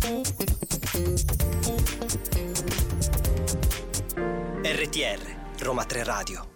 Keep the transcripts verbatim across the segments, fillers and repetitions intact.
R T R Roma tre Radio.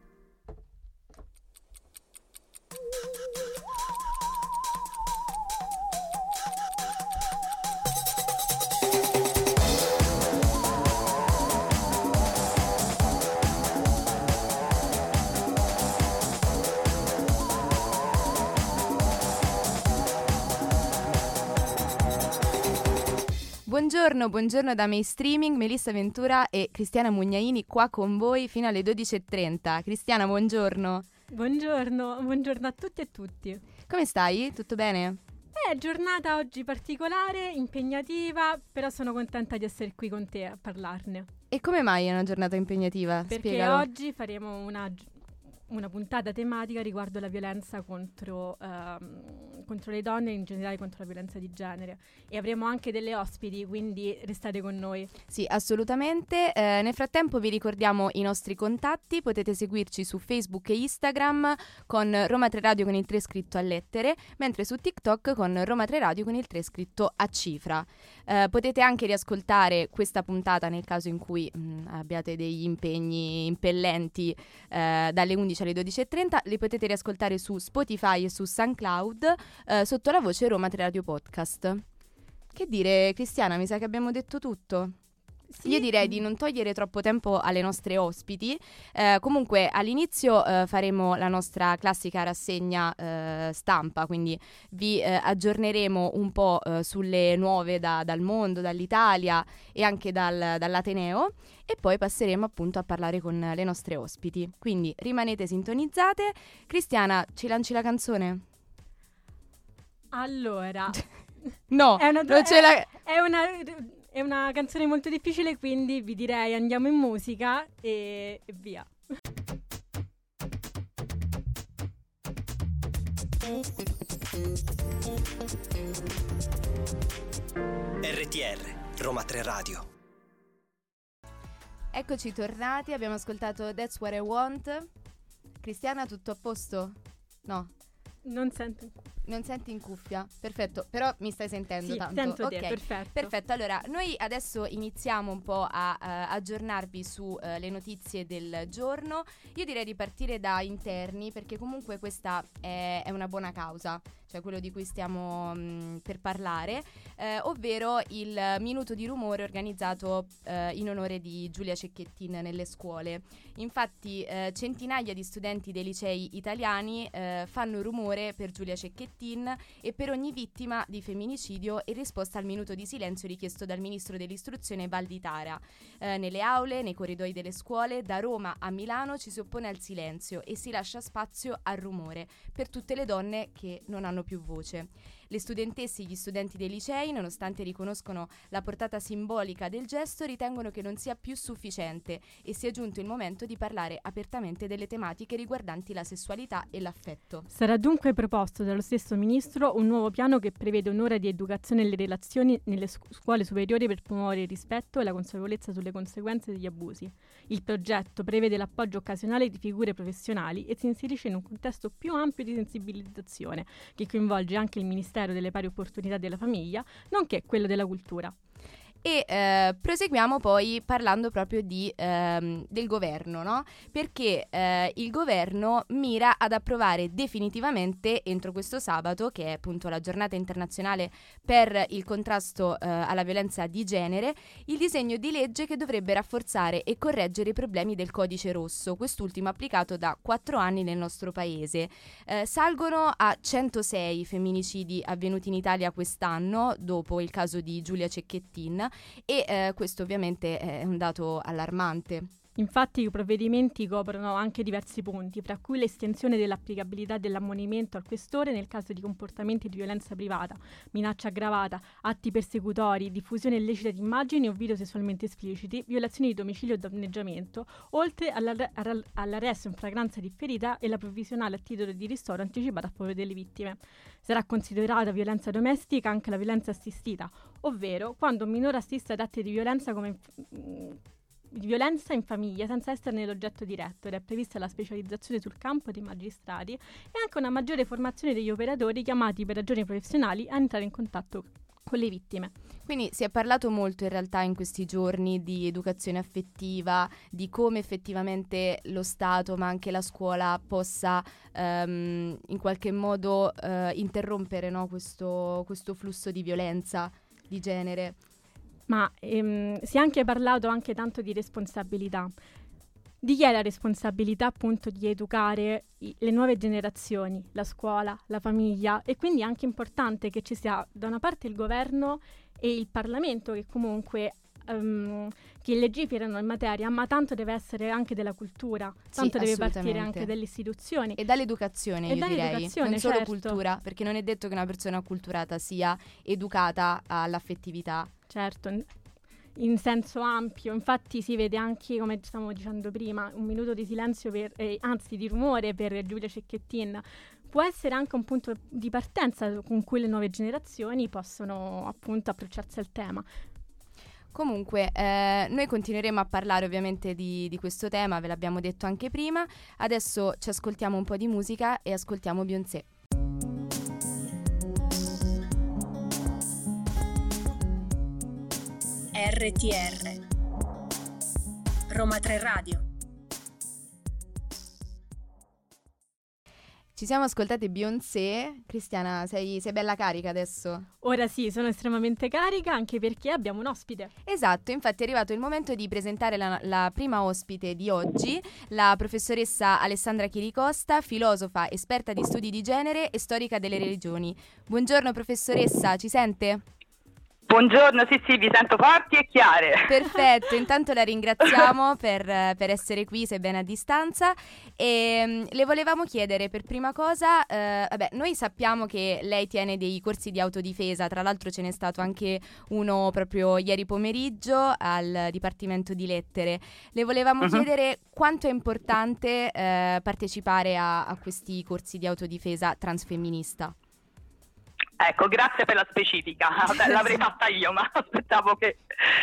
Buongiorno, buongiorno da Mainstreaming, Melissa Ventura e Cristiana Mugnaini qua con voi fino alle dodici e trenta. Cristiana, buongiorno. Buongiorno, buongiorno a tutti e tutti. Come stai? Tutto bene? Eh, giornata oggi particolare, impegnativa, però sono contenta di essere qui con te a parlarne. E come mai è una giornata impegnativa? Perché Spiegalo. oggi faremo una, una puntata tematica riguardo la violenza contro, ehm, contro le donne e in generale contro la violenza di genere. E avremo anche delle ospiti, quindi restate con noi. Sì, assolutamente. Eh, nel frattempo vi ricordiamo i nostri contatti. Potete seguirci su Facebook e Instagram con Roma tre Radio con il tre scritto a lettere, mentre su TikTok con Roma tre Radio con il tre scritto a cifra. Eh, potete anche riascoltare questa puntata nel caso in cui mh, abbiate degli impegni impellenti eh, dalle undici alle dodici e trenta. Li potete riascoltare su Spotify e su SoundCloud eh, sotto la voce Roma tre Radio Podcast. Che dire, Cristiana, mi sa che abbiamo detto tutto. Sì. Io direi di non togliere troppo tempo alle nostre ospiti. Eh, comunque all'inizio eh, faremo la nostra classica rassegna eh, stampa, quindi vi eh, aggiorneremo un po' eh, sulle nuove da, dal mondo, dall'Italia e anche dal, dall'Ateneo, e poi passeremo appunto a parlare con le nostre ospiti. Quindi rimanete sintonizzate. Cristiana, ci lanci la canzone? Allora... No, è una, non ce la... è, è, una, è una canzone molto difficile, quindi vi direi andiamo in musica e, e via. R T R Roma tre Radio. Eccoci tornati, abbiamo ascoltato That's What I Want. Cristiana, tutto a posto? No. Non sento. Non senti in cuffia? Perfetto, però mi stai sentendo sì, tanto. Sento okay. te, perfetto. Perfetto, allora noi adesso iniziamo un po' a uh, aggiornarvi sulle uh, notizie del giorno. Io direi di partire da interni, perché comunque questa è, è una buona causa, cioè quello di cui stiamo mh, per parlare, eh, ovvero il minuto di rumore organizzato eh, in onore di Giulia Cecchettin nelle scuole. Infatti eh, centinaia di studenti dei licei italiani eh, fanno rumore per Giulia Cecchettin e per ogni vittima di femminicidio in risposta al minuto di silenzio richiesto dal ministro dell'istruzione Valditara. Eh, nelle aule, nei corridoi delle scuole, da Roma a Milano ci si oppone al silenzio e si lascia spazio al rumore per tutte le donne che non hanno più voce. Le studentesse e gli studenti dei licei, nonostante riconoscono la portata simbolica del gesto, ritengono che non sia più sufficiente e sia giunto il momento di parlare apertamente delle tematiche riguardanti la sessualità e l'affetto. Sarà dunque proposto dallo stesso ministro un nuovo piano che prevede un'ora di educazione alle relazioni nelle scu- scuole superiori per promuovere il rispetto e la consapevolezza sulle conseguenze degli abusi. Il progetto prevede l'appoggio occasionale di figure professionali e si inserisce in un contesto più ampio di sensibilizzazione che coinvolge anche il Ministero delle pari opportunità della famiglia, nonché quello della cultura. E eh, proseguiamo poi parlando proprio di, ehm, del governo, no? Perché eh, il governo mira ad approvare definitivamente entro questo sabato, che è appunto la giornata internazionale per il contrasto eh, alla violenza di genere, il disegno di legge che dovrebbe rafforzare e correggere i problemi del codice rosso, quest'ultimo applicato da quattro anni nel nostro paese. Eh, salgono a centosei femminicidi avvenuti in Italia quest'anno, dopo il caso di Giulia Cecchettin, e eh, questo ovviamente è un dato allarmante. Infatti i provvedimenti coprono anche diversi punti, fra cui l'estensione dell'applicabilità dell'ammonimento al questore nel caso di comportamenti di violenza privata, minaccia aggravata, atti persecutori, diffusione illecita di immagini o video sessualmente espliciti, violazioni di domicilio e danneggiamento, oltre all'arre- all'arresto in flagranza differita e la provvisionale a titolo di ristoro anticipato a favore delle vittime. Sarà considerata violenza domestica anche la violenza assistita, ovvero quando un minore assiste ad atti di violenza come mh, di violenza in famiglia senza esserne l'oggetto diretto, ed è prevista la specializzazione sul campo dei magistrati e anche una maggiore formazione degli operatori chiamati per ragioni professionali a entrare in contatto con le vittime. Quindi si è parlato molto in realtà in questi giorni di educazione affettiva, di come effettivamente lo Stato ma anche la scuola possa um, in qualche modo uh, interrompere, no, questo, questo flusso di violenza di genere. Ma ehm, si è anche parlato anche tanto di responsabilità. Di chi è la responsabilità appunto di educare i, le nuove generazioni, la scuola, la famiglia, e quindi è anche importante che ci sia da una parte il governo e il Parlamento che comunque um, che legiferano in materia, ma tanto deve essere anche della cultura, tanto sì, deve partire anche dalle istituzioni. E dall'educazione, e io direi, non solo certo. cultura, perché non è detto che una persona acculturata sia educata all'affettività. Certo, in senso ampio, infatti si vede anche, come stavamo dicendo prima, un minuto di silenzio, per, eh, anzi di rumore per Giulia Cecchettin, può essere anche un punto di partenza con cui le nuove generazioni possono appunto approcciarsi al tema. Comunque, eh, noi continueremo a parlare ovviamente di, di questo tema, ve l'abbiamo detto anche prima. Adesso ci ascoltiamo un po' di musica e ascoltiamo Beyoncé. R T R Roma tre Radio. Ci siamo ascoltate Beyoncé. Cristiana, sei, sei bella carica adesso? Ora sì, sono estremamente carica, anche perché abbiamo un ospite. Esatto, infatti è arrivato il momento di presentare la, la prima ospite di oggi, la professoressa Alessandra Chiricosta, filosofa, esperta di studi di genere e storica delle religioni. Buongiorno professoressa, ci sente? Buongiorno, sì sì, vi sento forti e chiare. Perfetto, intanto la ringraziamo per, per essere qui, sebbene a distanza, e um, le volevamo chiedere per prima cosa, eh, vabbè, noi sappiamo che lei tiene dei corsi di autodifesa, tra l'altro ce n'è stato anche uno proprio ieri pomeriggio al Dipartimento di Lettere. Le volevamo uh-huh. chiedere quanto è importante eh, partecipare a, a questi corsi di autodifesa transfemminista. Ecco, grazie per la specifica. Vabbè, l'avrei fatta io, ma aspettavo che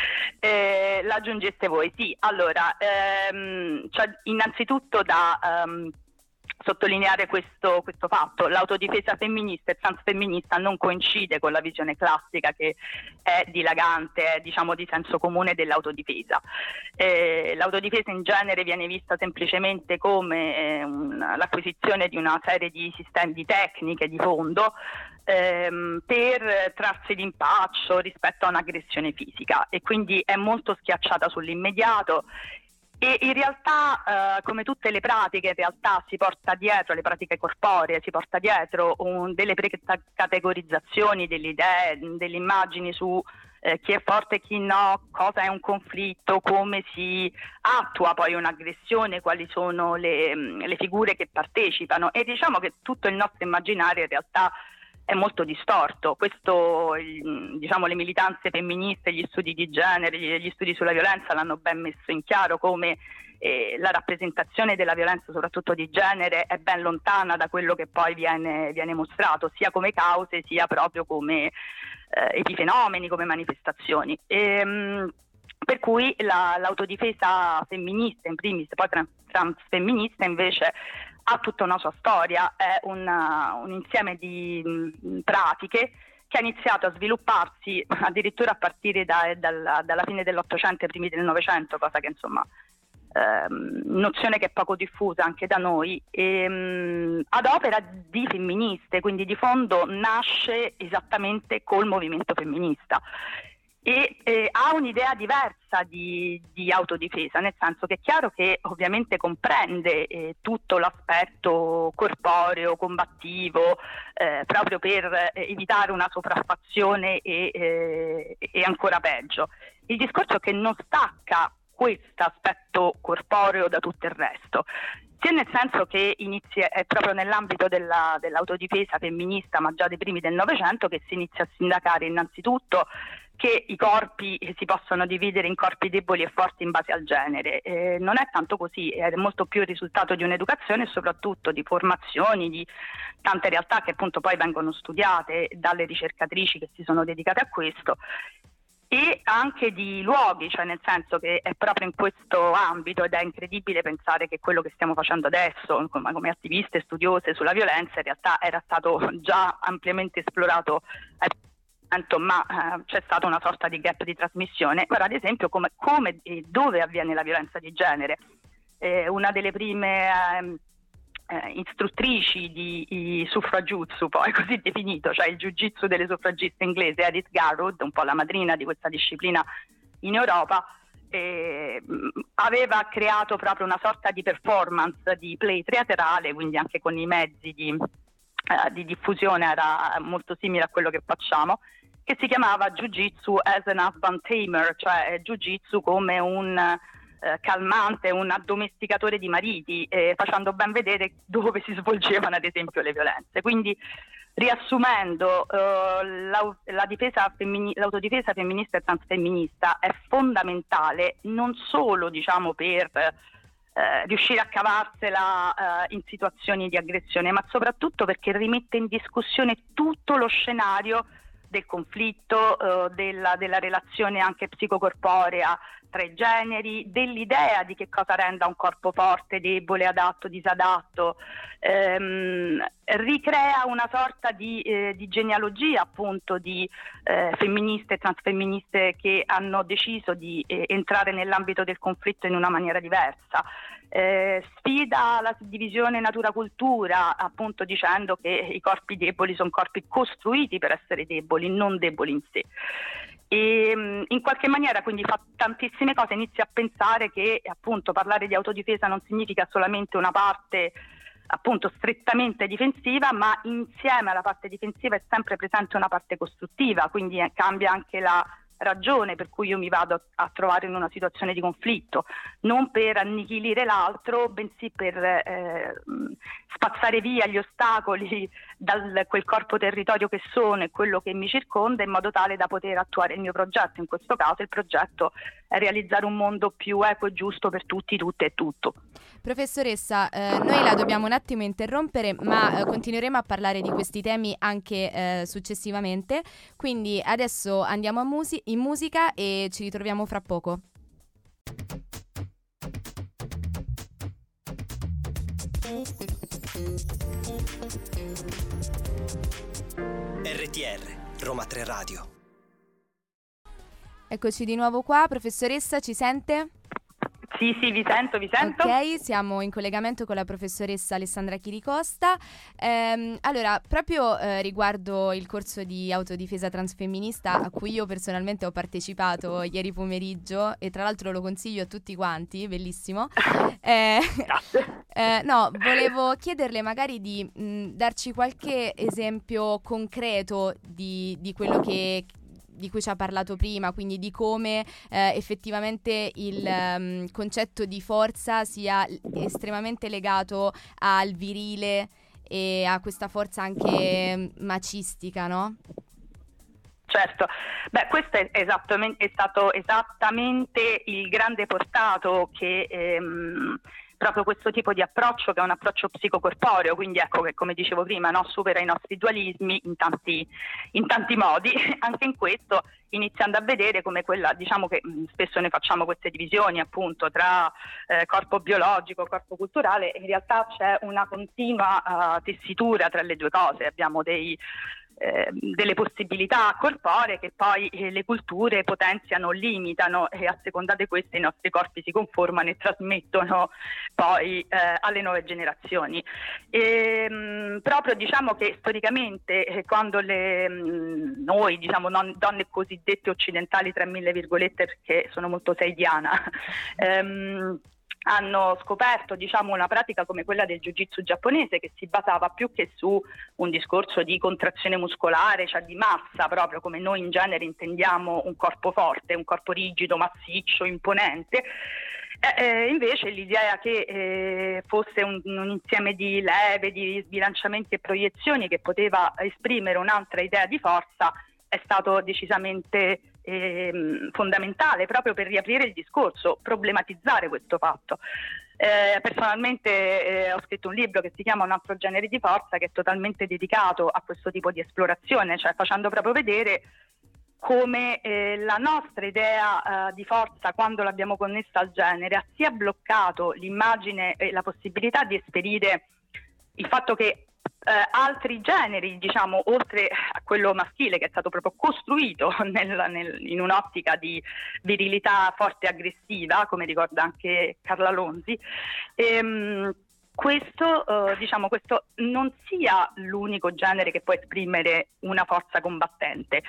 eh, l'aggiungeste voi. Sì, allora, ehm, cioè, innanzitutto da ehm, sottolineare questo, questo fatto: l'autodifesa femminista e transfemminista non coincide con la visione classica che è dilagante, è, diciamo, di senso comune dell'autodifesa. Eh, l'autodifesa in genere viene vista semplicemente come eh, un, l'acquisizione di una serie di sistemi, di tecniche di fondo ehm, per trarsi d'impaccio rispetto a un'aggressione fisica, e quindi è molto schiacciata sull'immediato. E in realtà, eh, come tutte le pratiche, in realtà si porta dietro, le pratiche corporee, si porta dietro un, delle precategorizzazioni, delle idee, delle immagini su eh, chi è forte e chi no, cosa è un conflitto, come si attua poi un'aggressione, quali sono le, le figure che partecipano, e diciamo che tutto il nostro immaginario in realtà è molto distorto. Questo, diciamo, le militanze femministe, gli studi di genere, gli studi sulla violenza l'hanno ben messo in chiaro, come eh, la rappresentazione della violenza, soprattutto di genere, è ben lontana da quello che poi viene, viene mostrato, sia come cause sia proprio come eh, epifenomeni, come manifestazioni. E, mh, per cui la, l'autodifesa femminista in primis, poi trans, transfemminista invece, ha tutta una sua storia, è una, un insieme di mh, pratiche che ha iniziato a svilupparsi addirittura a partire da, dalla, dalla fine dell'Ottocento e primi del Novecento, cosa che insomma ehm, nozione che è poco diffusa anche da noi, e, mh, ad opera di femministe, quindi di fondo nasce esattamente col movimento femminista. E eh, ha un'idea diversa di, di autodifesa, nel senso che è chiaro che ovviamente comprende eh, tutto l'aspetto corporeo, combattivo, eh, proprio per eh, evitare una sopraffazione e, eh, e ancora peggio. Il discorso è che non stacca questo aspetto corporeo da tutto il resto, sia nel senso che inizia, è proprio nell'ambito della, dell'autodifesa femminista, ma già dei primi del Novecento, che si inizia a sindacare innanzitutto che i corpi si possono dividere in corpi deboli e forti in base al genere. Eh, non è tanto così, è molto più il risultato di un'educazione e soprattutto di formazioni, di tante realtà che appunto poi vengono studiate dalle ricercatrici che si sono dedicate a questo, e anche di luoghi, cioè nel senso che è proprio in questo ambito, ed è incredibile pensare che quello che stiamo facendo adesso come, come attiviste studiose sulla violenza in realtà era stato già ampiamente esplorato ai ma eh, c'è stata una sorta di gap di trasmissione. Ora, ad esempio, come, come e dove avviene la violenza di genere. Eh, una delle prime eh, eh, istruttrici di, di suffraggiutsu, poi così definito, cioè il jiu-jitsu delle suffragiste inglesi, Edith Garwood, un po' la madrina di questa disciplina in Europa, eh, aveva creato proprio una sorta di performance di play teatrale, quindi anche con i mezzi di, eh, di diffusione era molto simile a quello che facciamo, che si chiamava Jiu-Jitsu as an husband tamer, cioè Jiu-Jitsu come un eh, calmante, un addomesticatore di mariti, eh, facendo ben vedere dove si svolgevano ad esempio le violenze. Quindi, riassumendo, eh, la, la difesa femmini- l'autodifesa femminista e transfemminista è fondamentale non solo, diciamo, per eh, riuscire a cavarsela eh, in situazioni di aggressione, ma soprattutto perché rimette in discussione tutto lo scenario del conflitto, eh, della, della relazione anche psicocorporea tra i generi, dell'idea di che cosa renda un corpo forte, debole, adatto, disadatto, ehm, ricrea una sorta di, eh, di genealogia appunto di eh, femministe e transfemministe che hanno deciso di eh, entrare nell'ambito del conflitto in una maniera diversa. Eh, sfida la divisione natura-cultura, appunto dicendo che i corpi deboli sono corpi costruiti per essere deboli, non deboli in sé. E in qualche maniera quindi fa tantissime cose, inizia a pensare che appunto parlare di autodifesa non significa solamente una parte appunto strettamente difensiva, ma insieme alla parte difensiva è sempre presente una parte costruttiva, quindi eh, cambia anche la ragione per cui io mi vado a trovare in una situazione di conflitto, non per annichilire l'altro, bensì per eh, spazzare via gli ostacoli da quel corpo territorio che sono e quello che mi circonda, in modo tale da poter attuare il mio progetto. In questo caso il progetto è realizzare un mondo più equo e giusto per tutti, tutte e tutto. Professoressa, eh, noi la dobbiamo un attimo interrompere, ma eh, continueremo a parlare di questi temi anche eh, successivamente, quindi adesso andiamo a musi- in musica e ci ritroviamo fra poco. R T R, Roma tre Radio. Eccoci di nuovo qua, professoressa, ci sente? Sì, sì, vi sento, vi sento. Ok, siamo in collegamento con la professoressa Alessandra Chiricosta. Ehm, allora, proprio eh, riguardo il corso di autodifesa transfemminista a cui io personalmente ho partecipato ieri pomeriggio e tra l'altro lo consiglio a tutti quanti, bellissimo. Eh, Grazie. eh, no, volevo chiederle magari di mh, darci qualche esempio concreto di, di quello che... di cui ci ha parlato prima, quindi di come eh, effettivamente il um, concetto di forza sia estremamente legato al virile e a questa forza anche macistica, no? Certo, beh, questo è, esattamente, è stato esattamente il grande portato che ehm, proprio questo tipo di approccio, che è un approccio psicocorporeo, quindi ecco che, come dicevo prima, no, supera i nostri dualismi in tanti, in tanti modi, anche in questo iniziando a vedere come quella, diciamo che mh, spesso ne facciamo queste divisioni appunto tra eh, corpo biologico, corpo culturale, in realtà c'è una continua uh, tessitura tra le due cose, abbiamo dei Eh, delle possibilità corporee che poi eh, le culture potenziano o limitano, e a seconda di queste i nostri corpi si conformano e trasmettono poi eh, alle nuove generazioni. E, mh, proprio diciamo che storicamente eh, quando le, mh, noi diciamo non, donne cosiddette occidentali tra mille virgolette, perché sono molto seidiana, ehm, hanno scoperto diciamo una pratica come quella del jiu-jitsu giapponese, che si basava più che su un discorso di contrazione muscolare, cioè di massa, proprio come noi in genere intendiamo un corpo forte, un corpo rigido, massiccio, imponente. Eh, eh, invece l'idea che eh, fosse un, un insieme di leve, di sbilanciamenti e proiezioni che poteva esprimere un'altra idea di forza è stato decisamente eh, fondamentale proprio per riaprire il discorso, problematizzare questo fatto. Eh, personalmente eh, ho scritto un libro che si chiama Un altro genere di forza, che è totalmente dedicato a questo tipo di esplorazione, cioè facendo proprio vedere come eh, la nostra idea eh, di forza, quando l'abbiamo connessa al genere, ha sia bloccato l'immagine e la possibilità di esperire il fatto che eh, altri generi, diciamo, oltre a quello maschile che è stato proprio costruito nel, nel, in un'ottica di virilità forte e aggressiva, come ricorda anche Carla Lonzi, ehm, questo, eh, diciamo, questo non sia l'unico genere che può esprimere una forza combattente.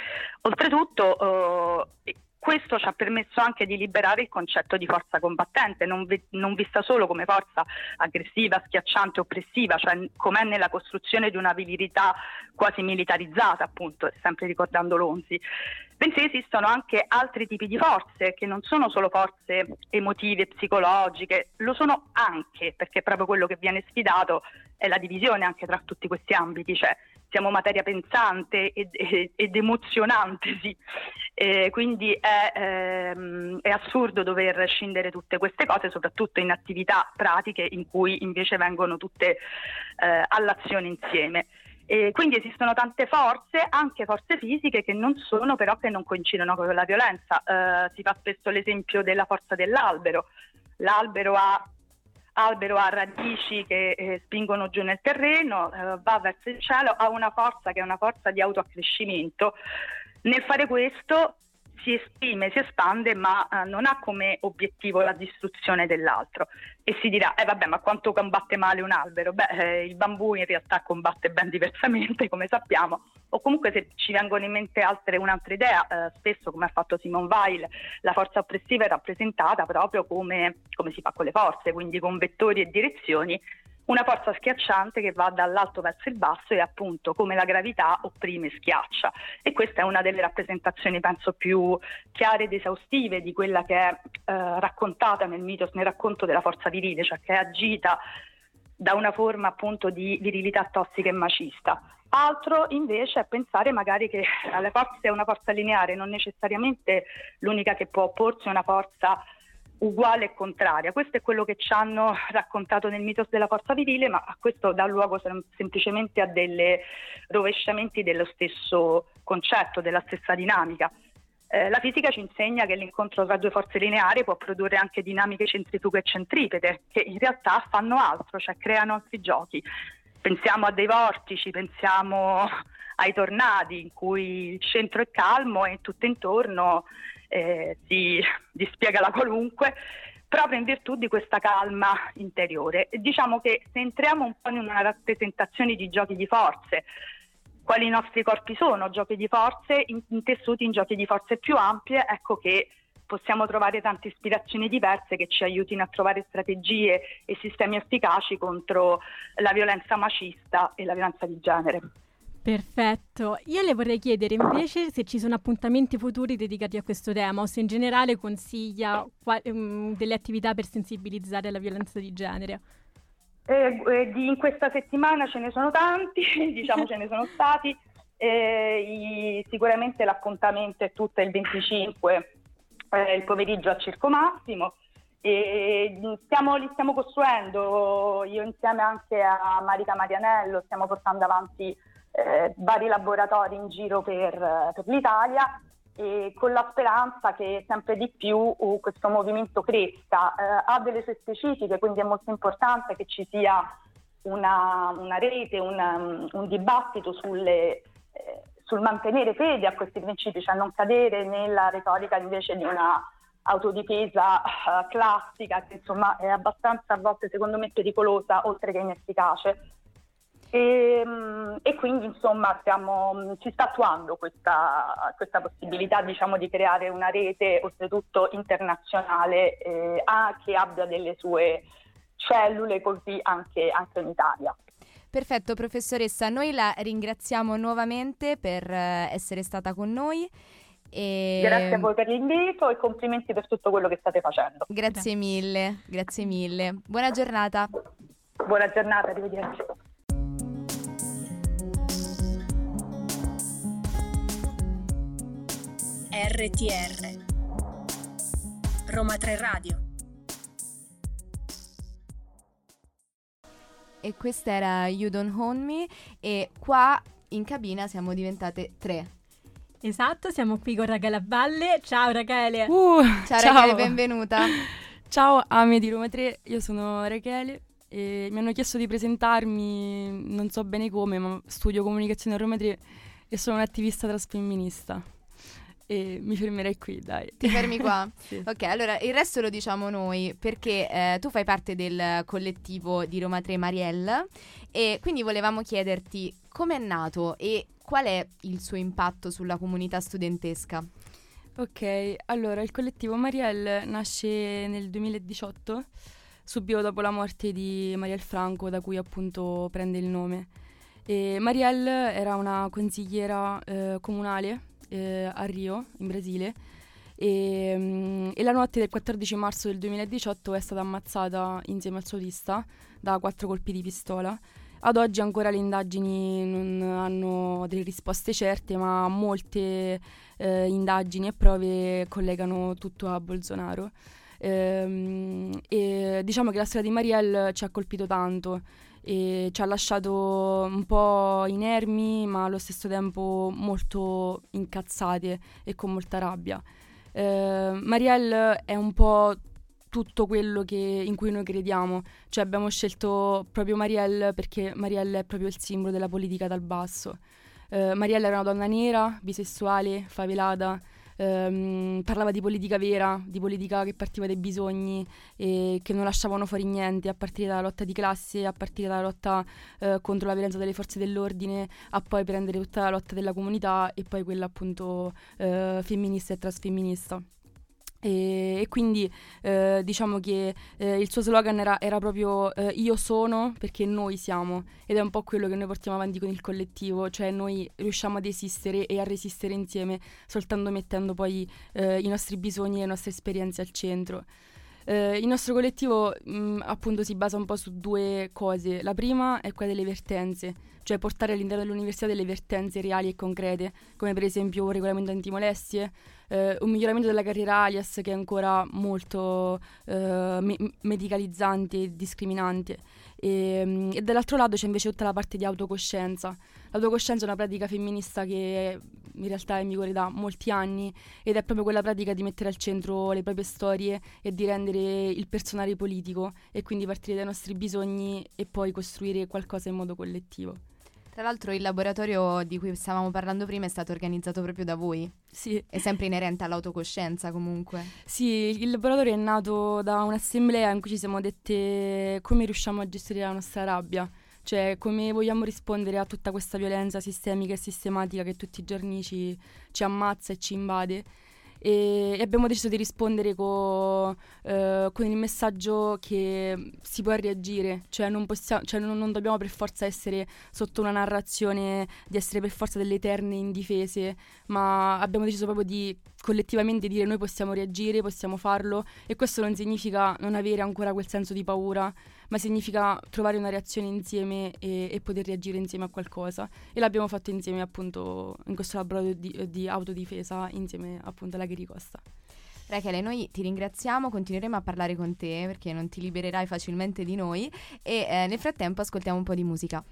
Oltretutto, eh, questo ci ha permesso anche di liberare il concetto di forza combattente, non, vi, non vista solo come forza aggressiva, schiacciante, oppressiva, cioè com'è nella costruzione di una virilità quasi militarizzata, appunto, sempre ricordando Lonzi. Bensì esistono anche altri tipi di forze che non sono solo forze emotive, psicologiche, lo sono anche, perché proprio quello che viene sfidato è la divisione anche tra tutti questi ambiti, cioè siamo materia pensante ed, ed, ed emozionante, sì. Eh, quindi è, ehm, è assurdo dover scindere tutte queste cose, soprattutto in attività pratiche in cui invece vengono tutte eh, all'azione insieme. E quindi esistono tante forze, anche forze fisiche, che non sono però che non coincidono con la violenza. Eh, si fa spesso l'esempio della forza dell'albero. L'albero ha albero ha radici che eh, spingono giù nel terreno, eh, va verso il cielo, ha una forza che è una forza di autoaccrescimento. Nel fare questo si esprime, si espande, ma eh, non ha come obiettivo la distruzione dell'altro. E si dirà, eh vabbè, ma quanto combatte male un albero? Beh, eh, il bambù in realtà combatte ben diversamente, come sappiamo, o comunque se ci vengono in mente altre, un'altra idea, eh, spesso, come ha fatto Simone Weil, la forza oppressiva è rappresentata proprio come, come si fa con le forze, quindi con vettori e direzioni, una forza schiacciante che va dall'alto verso il basso e appunto come la gravità opprime e schiaccia. E questa è una delle rappresentazioni, penso, più chiare ed esaustive di quella che è eh, raccontata nel mitos, nel racconto della forza virile, cioè che è agita da una forma appunto di virilità tossica e macista. Altro invece è pensare magari che la forza è una forza lineare, non necessariamente l'unica che può opporsi a una forza uguale e contraria. Questo è quello che ci hanno raccontato nel mitos della forza virile, ma questo dà luogo sem- semplicemente a delle rovesciamenti dello stesso concetto, della stessa dinamica. Eh, la fisica ci insegna che l'incontro tra due forze lineari può produrre anche dinamiche centrifughe e centripete, che in realtà fanno altro, cioè creano altri giochi. Pensiamo a dei vortici, pensiamo ai tornadi in cui il centro è calmo e tutto intorno eh, si dispiega la qualunque, proprio in virtù di questa calma interiore. E diciamo che se entriamo un po' in una rappresentazione di giochi di forze, quali i nostri corpi sono, giochi di forze intessuti in giochi di forze più ampie, ecco che possiamo trovare tante ispirazioni diverse che ci aiutino a trovare strategie e sistemi efficaci contro la violenza macista e la violenza di genere. Perfetto. Io le vorrei chiedere invece se ci sono appuntamenti futuri dedicati a questo tema o se in generale consiglia qua- um, delle attività per sensibilizzare alla violenza di genere. Eh, eh, di, in questa settimana ce ne sono tanti, diciamo ce ne sono stati. Eh, i, sicuramente l'appuntamento è tutto il venticinque, eh, il pomeriggio a Circo Massimo. E stiamo, li stiamo costruendo, io insieme anche a Marica Marianello stiamo portando avanti eh, vari laboratori in giro per, per l'Italia, e con la speranza che sempre di più uh, questo movimento cresca. Eh, ha delle sue specifiche, quindi è molto importante che ci sia una, una rete, una, un dibattito sulle, eh, sul mantenere fede a questi principi, cioè non cadere nella retorica invece di una autodifesa uh, classica, che insomma è abbastanza a volte secondo me pericolosa oltre che inefficace. E, e quindi insomma stiamo, si sta attuando questa, questa possibilità, diciamo, di creare una rete oltretutto internazionale eh, ah, che abbia delle sue cellule così anche, anche in Italia. Perfetto, professoressa, noi la ringraziamo nuovamente per eh, essere stata con noi. E... Grazie a voi per l'invito e complimenti per tutto quello che state facendo. Grazie mille, grazie mille. Buona giornata. Buona giornata, arrivederci. R T R Roma tre Radio. E questa era You Don't Own Me, e qua in cabina siamo diventate tre. Esatto, siamo qui con Rachele Valle. Ciao Rachele. Uh, ciao, ciao Rachele, benvenuta. Ciao amici di Roma tre, io sono Rachele e mi hanno chiesto di presentarmi, non so bene come, ma studio comunicazione a Roma tre e sono un'attivista trasfemminista. E mi fermerei qui, dai. Ti fermi qua? Sì. Ok, allora il resto lo diciamo noi, perché eh, tu fai parte del collettivo di Roma tre Marielle e quindi volevamo chiederti come è nato e qual è il suo impatto sulla comunità studentesca. Ok, allora il collettivo Marielle nasce nel duemiladiciotto, subito dopo la morte di Marielle Franco, da cui appunto prende il nome. E Marielle era una consigliera eh, comunale eh, a Rio, in Brasile, e, mm, e la notte del quattordici marzo del duemiladiciotto è stata ammazzata insieme al suo autista da quattro colpi di pistola. Ad oggi ancora le indagini non hanno delle risposte certe, ma molte eh, indagini e prove collegano tutto a Bolsonaro. Ehm, e diciamo che la storia di Marielle ci ha colpito tanto e ci ha lasciato un po' inermi, ma allo stesso tempo molto incazzate e con molta rabbia. Eh, Marielle è un po' tutto quello che, in cui noi crediamo, cioè abbiamo scelto proprio Marielle perché Marielle è proprio il simbolo della politica dal basso. Eh, Marielle era una donna nera, bisessuale, favelata, ehm, parlava di politica vera, di politica che partiva dai bisogni e che non lasciavano fuori niente, a partire dalla lotta di classe, a partire dalla lotta eh, contro la violenza delle forze dell'ordine, a poi prendere tutta la lotta della comunità e poi quella appunto eh, femminista e trasfemminista. E, e quindi eh, diciamo che eh, il suo slogan era, era proprio eh, io sono perché noi siamo, ed è un po' quello che noi portiamo avanti con il collettivo, cioè noi riusciamo ad esistere e a resistere insieme soltanto mettendo poi eh, i nostri bisogni e le nostre esperienze al centro. Eh, il nostro collettivo mh, appunto si basa un po' su due cose. La prima è quella delle vertenze, cioè portare all'interno dell'università delle vertenze reali e concrete, come per esempio un regolamento antimolestie, eh, un miglioramento della carriera alias che è ancora molto eh, me- medicalizzante e discriminante. E, e dall'altro lato c'è invece tutta la parte di autocoscienza. L'autocoscienza è una pratica femminista che in realtà è in vigore da molti anni ed è proprio quella pratica di mettere al centro le proprie storie e di rendere il personale politico e quindi partire dai nostri bisogni e poi costruire qualcosa in modo collettivo. Tra l'altro il laboratorio di cui stavamo parlando prima è stato organizzato proprio da voi. Sì. È sempre inerente all'autocoscienza comunque. Sì, il laboratorio è nato da un'assemblea in cui ci siamo dette come riusciamo a gestire la nostra rabbia, cioè come vogliamo rispondere a tutta questa violenza sistemica e sistematica che tutti i giorni ci, ci ammazza e ci invade. E abbiamo deciso di rispondere co, eh, con il messaggio che si può reagire, cioè, non, possiamo, cioè non, non dobbiamo per forza essere sotto una narrazione di essere per forza delle eterne indifese, ma abbiamo deciso proprio di collettivamente dire noi possiamo reagire, possiamo farlo, e questo non significa non avere ancora quel senso di paura, ma significa trovare una reazione insieme e, e poter reagire insieme a qualcosa, e l'abbiamo fatto insieme appunto in questo laboratorio di, di autodifesa insieme appunto alla Chiricosta. Rachele, noi ti ringraziamo, continueremo a parlare con te perché non ti libererai facilmente di noi e eh, nel frattempo ascoltiamo un po' di musica.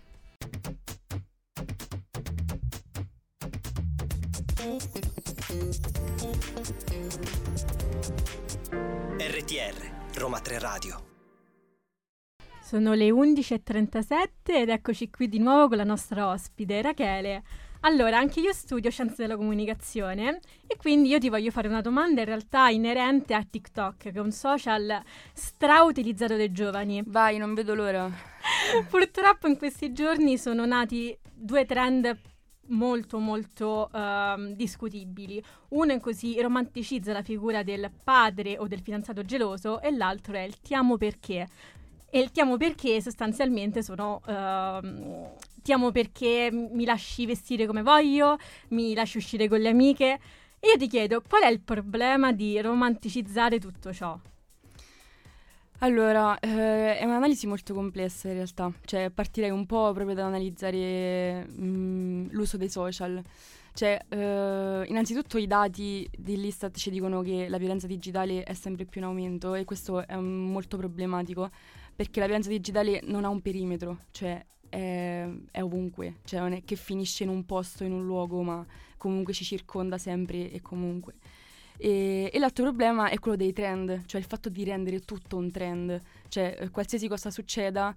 R T R, Roma tre Radio. Sono le undici e trentasette ed eccoci qui di nuovo con la nostra ospite, Rachele. Allora, anche io studio Scienze della Comunicazione e quindi io ti voglio fare una domanda in realtà inerente a TikTok, che è un social strautilizzato dai giovani. Vai, non vedo l'ora. Purtroppo in questi giorni sono nati due trend molto molto uh, discutibili. Uno in cui si romanticizza la figura del padre o del fidanzato geloso e l'altro è il ti amo perché. E il ti amo perché sostanzialmente sono uh, ti amo perché mi lasci vestire come voglio, mi lasci uscire con le amiche. E io ti chiedo, qual è il problema di romanticizzare tutto ciò? Allora, eh, è un'analisi molto complessa in realtà, cioè partirei un po' proprio da analizzare mh, l'uso dei social. Cioè, eh, innanzitutto i dati dell'Istat ci dicono che la violenza digitale è sempre più in aumento e questo è um, molto problematico perché la violenza digitale non ha un perimetro, cioè è, è ovunque, cioè non è che finisce in un posto, in un luogo, ma comunque ci circonda sempre e comunque. E, e l'altro problema è quello dei trend, cioè il fatto di rendere tutto un trend, cioè eh, qualsiasi cosa succeda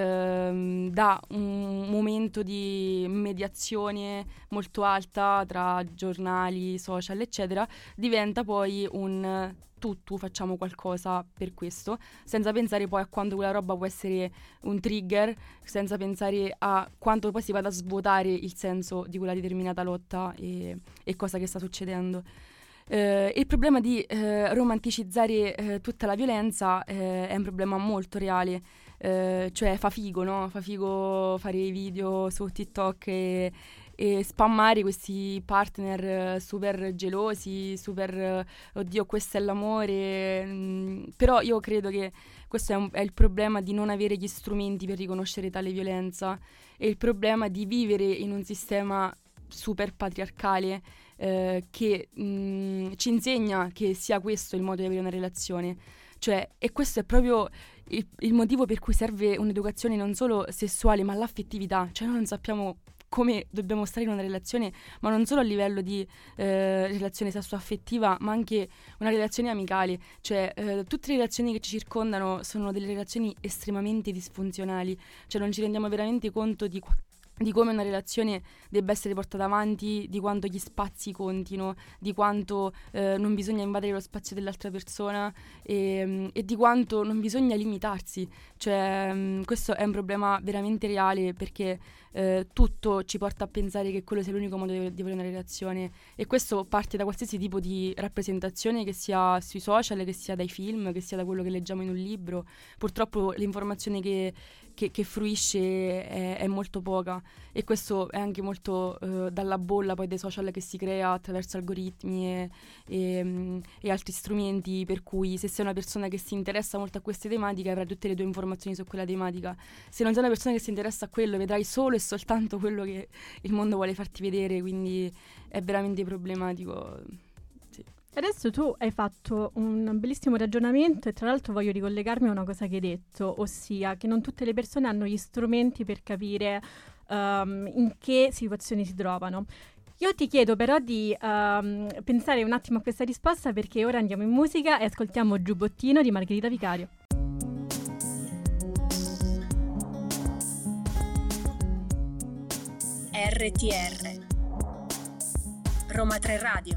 ehm, da un momento di mediazione molto alta tra giornali, social eccetera, diventa poi un tu, tu facciamo qualcosa per questo, senza pensare poi a quanto quella roba può essere un trigger, senza pensare a quanto poi si vada a svuotare il senso di quella determinata lotta e, e cosa che sta succedendo. Uh, il problema di uh, romanticizzare uh, tutta la violenza uh, è un problema molto reale, uh, cioè fa figo, no? Fa figo fare i video su TikTok e, e spammare questi partner uh, super gelosi, super uh, oddio questo è l'amore, mm, però io credo che questo è, un, è il problema di non avere gli strumenti per riconoscere tale violenza, e il problema di vivere in un sistema super patriarcale eh, che mh, ci insegna che sia questo il modo di avere una relazione, cioè, e questo è proprio il, il motivo per cui serve un'educazione non solo sessuale ma l'affettività, cioè noi non sappiamo come dobbiamo stare in una relazione, ma non solo a livello di eh, relazione sesso-affettiva, ma anche una relazione amicale, cioè eh, tutte le relazioni che ci circondano sono delle relazioni estremamente disfunzionali, cioè non ci rendiamo veramente conto di qua- di come una relazione debba essere portata avanti, di quanto gli spazi contino, di quanto eh, non bisogna invadere lo spazio dell'altra persona e, e di quanto non bisogna limitarsi, cioè mh, questo è un problema veramente reale, perché eh, tutto ci porta a pensare che quello sia l'unico modo di, di avere una relazione, e questo parte da qualsiasi tipo di rappresentazione, che sia sui social, che sia dai film, che sia da quello che leggiamo in un libro. Purtroppo l'informazione che Che, che fruisce è, è molto poca, e questo è anche molto uh, dalla bolla poi dei social che si crea attraverso algoritmi e, e, um, e altri strumenti, per cui se sei una persona che si interessa molto a queste tematiche avrai tutte le tue informazioni su quella tematica, se non sei una persona che si interessa a quello vedrai solo e soltanto quello che il mondo vuole farti vedere, quindi è veramente problematico. Adesso tu hai fatto un bellissimo ragionamento, e tra l'altro voglio ricollegarmi a una cosa che hai detto, ossia che non tutte le persone hanno gli strumenti per capire um, in che situazioni si trovano. Io ti chiedo però di um, pensare un attimo a questa risposta, perché ora andiamo in musica e ascoltiamo Giubbottino di Margherita Vicario. R T R Roma tre Radio.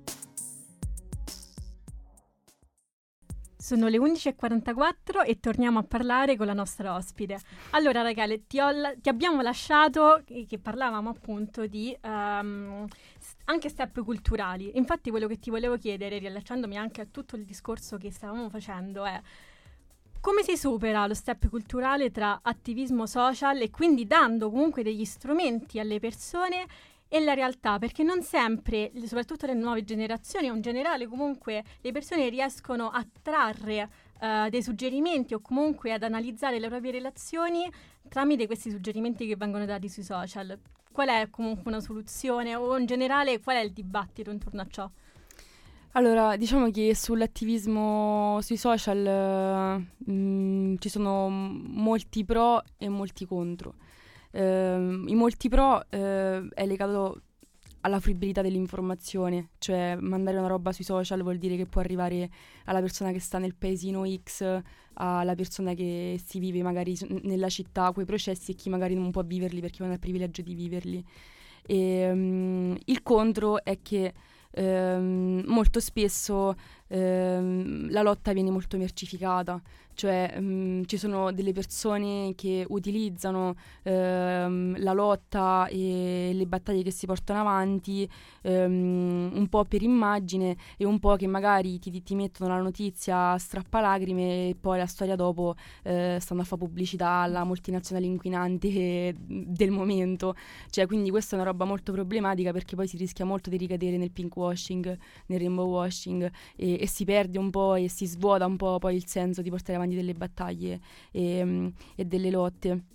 Sono le undici e quarantaquattro e torniamo a parlare con la nostra ospite. Allora Rachele, ti, ho, ti abbiamo lasciato che, che parlavamo appunto di um, anche step culturali. Infatti quello che ti volevo chiedere, riallacciandomi anche a tutto il discorso che stavamo facendo, è come si supera lo step culturale tra attivismo social e quindi dando comunque degli strumenti alle persone e la realtà, perché non sempre, soprattutto le nuove generazioni o in generale comunque, le persone riescono a trarre uh, dei suggerimenti o comunque ad analizzare le proprie relazioni tramite questi suggerimenti che vengono dati sui social. Qual è comunque una soluzione, o in generale qual è il dibattito intorno a ciò? Allora, diciamo che sull'attivismo sui social uh, mh, ci sono molti pro e molti contro. Uh, I molti pro uh, è legato alla fruibilità dell'informazione, cioè mandare una roba sui social vuol dire che può arrivare alla persona che sta nel paesino X, alla persona che si vive magari nella città quei processi, e chi magari non può viverli perché non ha il privilegio di viverli. E, um, il contro è che um, molto spesso um, la lotta viene molto mercificata, cioè um, ci sono delle persone che utilizzano um, la lotta e le battaglie che si portano avanti um, un po' per immagine, e un po' che magari ti, ti mettono la notizia strappalacrime e poi la storia dopo uh, stanno a fare pubblicità alla multinazionale inquinante del momento, cioè quindi questa è una roba molto problematica, perché poi si rischia molto di ricadere nel pink washing, nel rainbow washing, e, e si perde un po' e si svuota un po' poi il senso di portare avanti delle battaglie e, e delle lotte.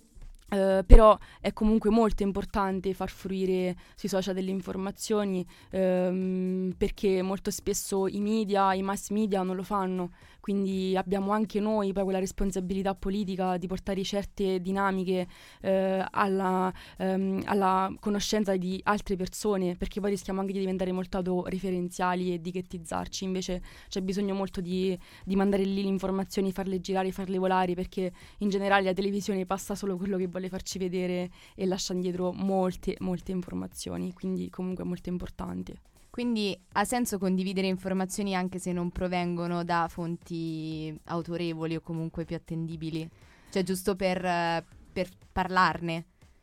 Uh, però è comunque molto importante far fruire sui social delle informazioni, um, perché molto spesso i media, i mass media non lo fanno, quindi abbiamo anche noi poi quella responsabilità politica di portare certe dinamiche uh, alla, um, alla conoscenza di altre persone, perché poi rischiamo anche di diventare molto autoreferenziali e di ghettizzarci. Invece c'è bisogno molto di, di mandare lì le informazioni, farle girare, farle volare, perché in generale la televisione passa solo quello che vuole farci vedere e lascia indietro molte, molte informazioni, quindi comunque molto importanti. Quindi ha senso condividere informazioni anche se non provengono da fonti autorevoli o comunque più attendibili? Cioè giusto per, per parlarne?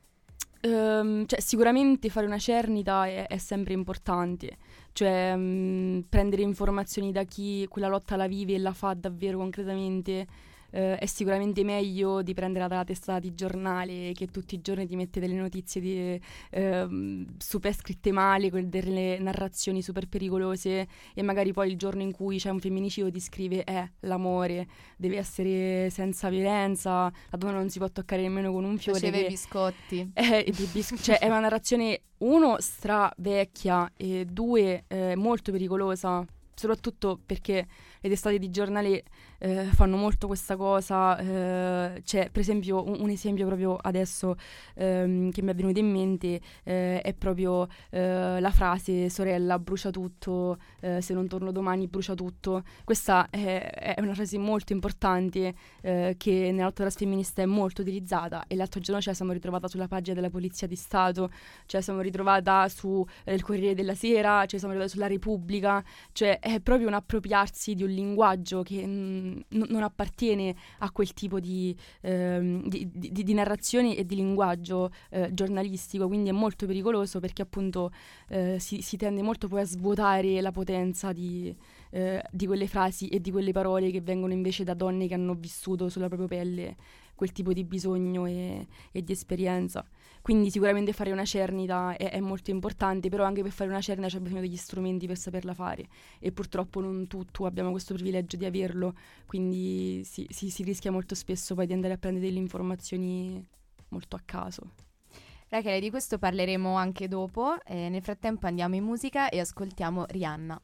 Um, cioè, sicuramente fare una cernita è, è sempre importante, cioè um, prendere informazioni da chi quella lotta la vive e la fa davvero concretamente. Uh, è sicuramente meglio di prendere dalla testata di giornale che tutti i giorni ti mette delle notizie di, uh, super scritte male, con delle narrazioni super pericolose, e magari poi il giorno in cui c'è un femminicidio ti scrive eh, l'amore deve essere senza violenza, la donna non si può toccare nemmeno con un fiore. Faceva che... i biscotti. Eh, i bis- cioè è una narrazione, uno, stra vecchia, e due, eh, molto pericolosa, soprattutto perché le testate di giornale eh, fanno molto questa cosa. Eh, c'è per esempio un, un esempio proprio adesso ehm, che mi è venuto in mente, eh, è proprio eh, la frase sorella brucia tutto, eh, se non torno domani brucia tutto. Questa è, è una frase molto importante eh, che nella lotta transfemminista è molto utilizzata, e l'altro giorno ce la siamo ritrovata sulla pagina della Polizia di Stato, ce la siamo ritrovata su eh, il Corriere della Sera, ce la siamo ritrovata sulla Repubblica. Cioè è proprio un appropriarsi di un linguaggio che mh, n- non appartiene a quel tipo di, ehm, di, di, di narrazione e di linguaggio eh, giornalistico, quindi è molto pericoloso, perché appunto eh, si, si tende molto poi a svuotare la potenza di, eh, di quelle frasi e di quelle parole che vengono invece da donne che hanno vissuto sulla propria pelle quel tipo di bisogno e, e di esperienza. Quindi sicuramente fare una cernita è, è molto importante, però anche per fare una cernita c'è bisogno degli strumenti per saperla fare, e purtroppo non tutti abbiamo questo privilegio di averlo, quindi si, si, si rischia molto spesso poi di andare a prendere delle informazioni molto a caso. Rachele, di questo parleremo anche dopo. Eh, nel frattempo andiamo in musica e ascoltiamo Rihanna.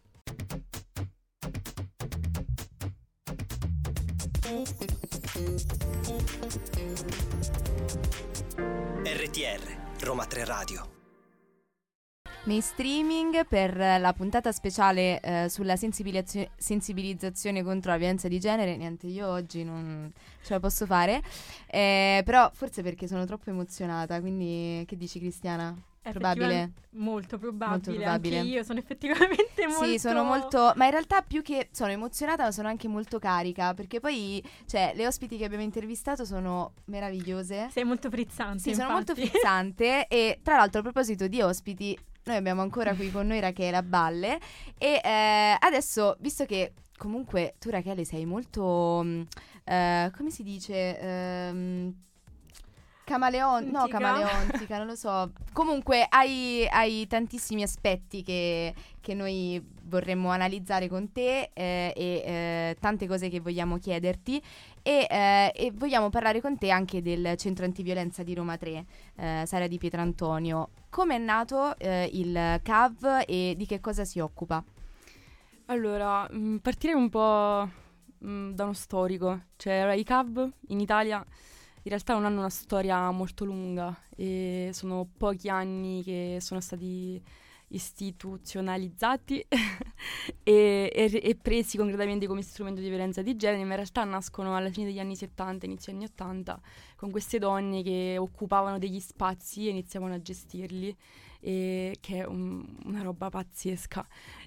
R T R, Roma tre Radio. Mainstreaming per la puntata speciale eh, sulla sensibilizio- sensibilizzazione contro la violenza di genere. Niente, io oggi non ce la posso fare, eh, però forse perché sono troppo emozionata, quindi che dici, Cristiana? Probabile? Molto probabile, Molto probabile. Anche io sono effettivamente molto... Sì, sono molto... Ma in realtà più che sono emozionata, ma sono anche molto carica, perché poi, cioè, le ospiti che abbiamo intervistato sono meravigliose. Sei molto frizzante, Sì, infatti. sono molto frizzante. E tra l'altro, a proposito di ospiti, noi abbiamo ancora qui con noi Rachele a Balle, e eh, adesso, visto che comunque tu, Rachele, sei molto... mh, eh, come si dice... ehm, Camaleon- no, camaleontica, non lo so. Comunque hai, hai tantissimi aspetti che, che noi vorremmo analizzare con te, eh, e eh, tante cose che vogliamo chiederti, e, eh, e vogliamo parlare con te anche del centro antiviolenza di Roma tre, eh, Sara Di Pietrantonio. Come è nato eh, il C A V e di che cosa si occupa? Allora, mh, partirei un po' mh, da uno storico. Cioè, allora, i C A V in Italia in realtà non hanno una storia molto lunga, e sono pochi anni che sono stati istituzionalizzati e, e, e presi concretamente come strumento di violenza di genere, ma in realtà nascono alla fine degli anni settanta, inizio anni ottanta, con queste donne che occupavano degli spazi e iniziavano a gestirli, e che è un, una roba pazzesca.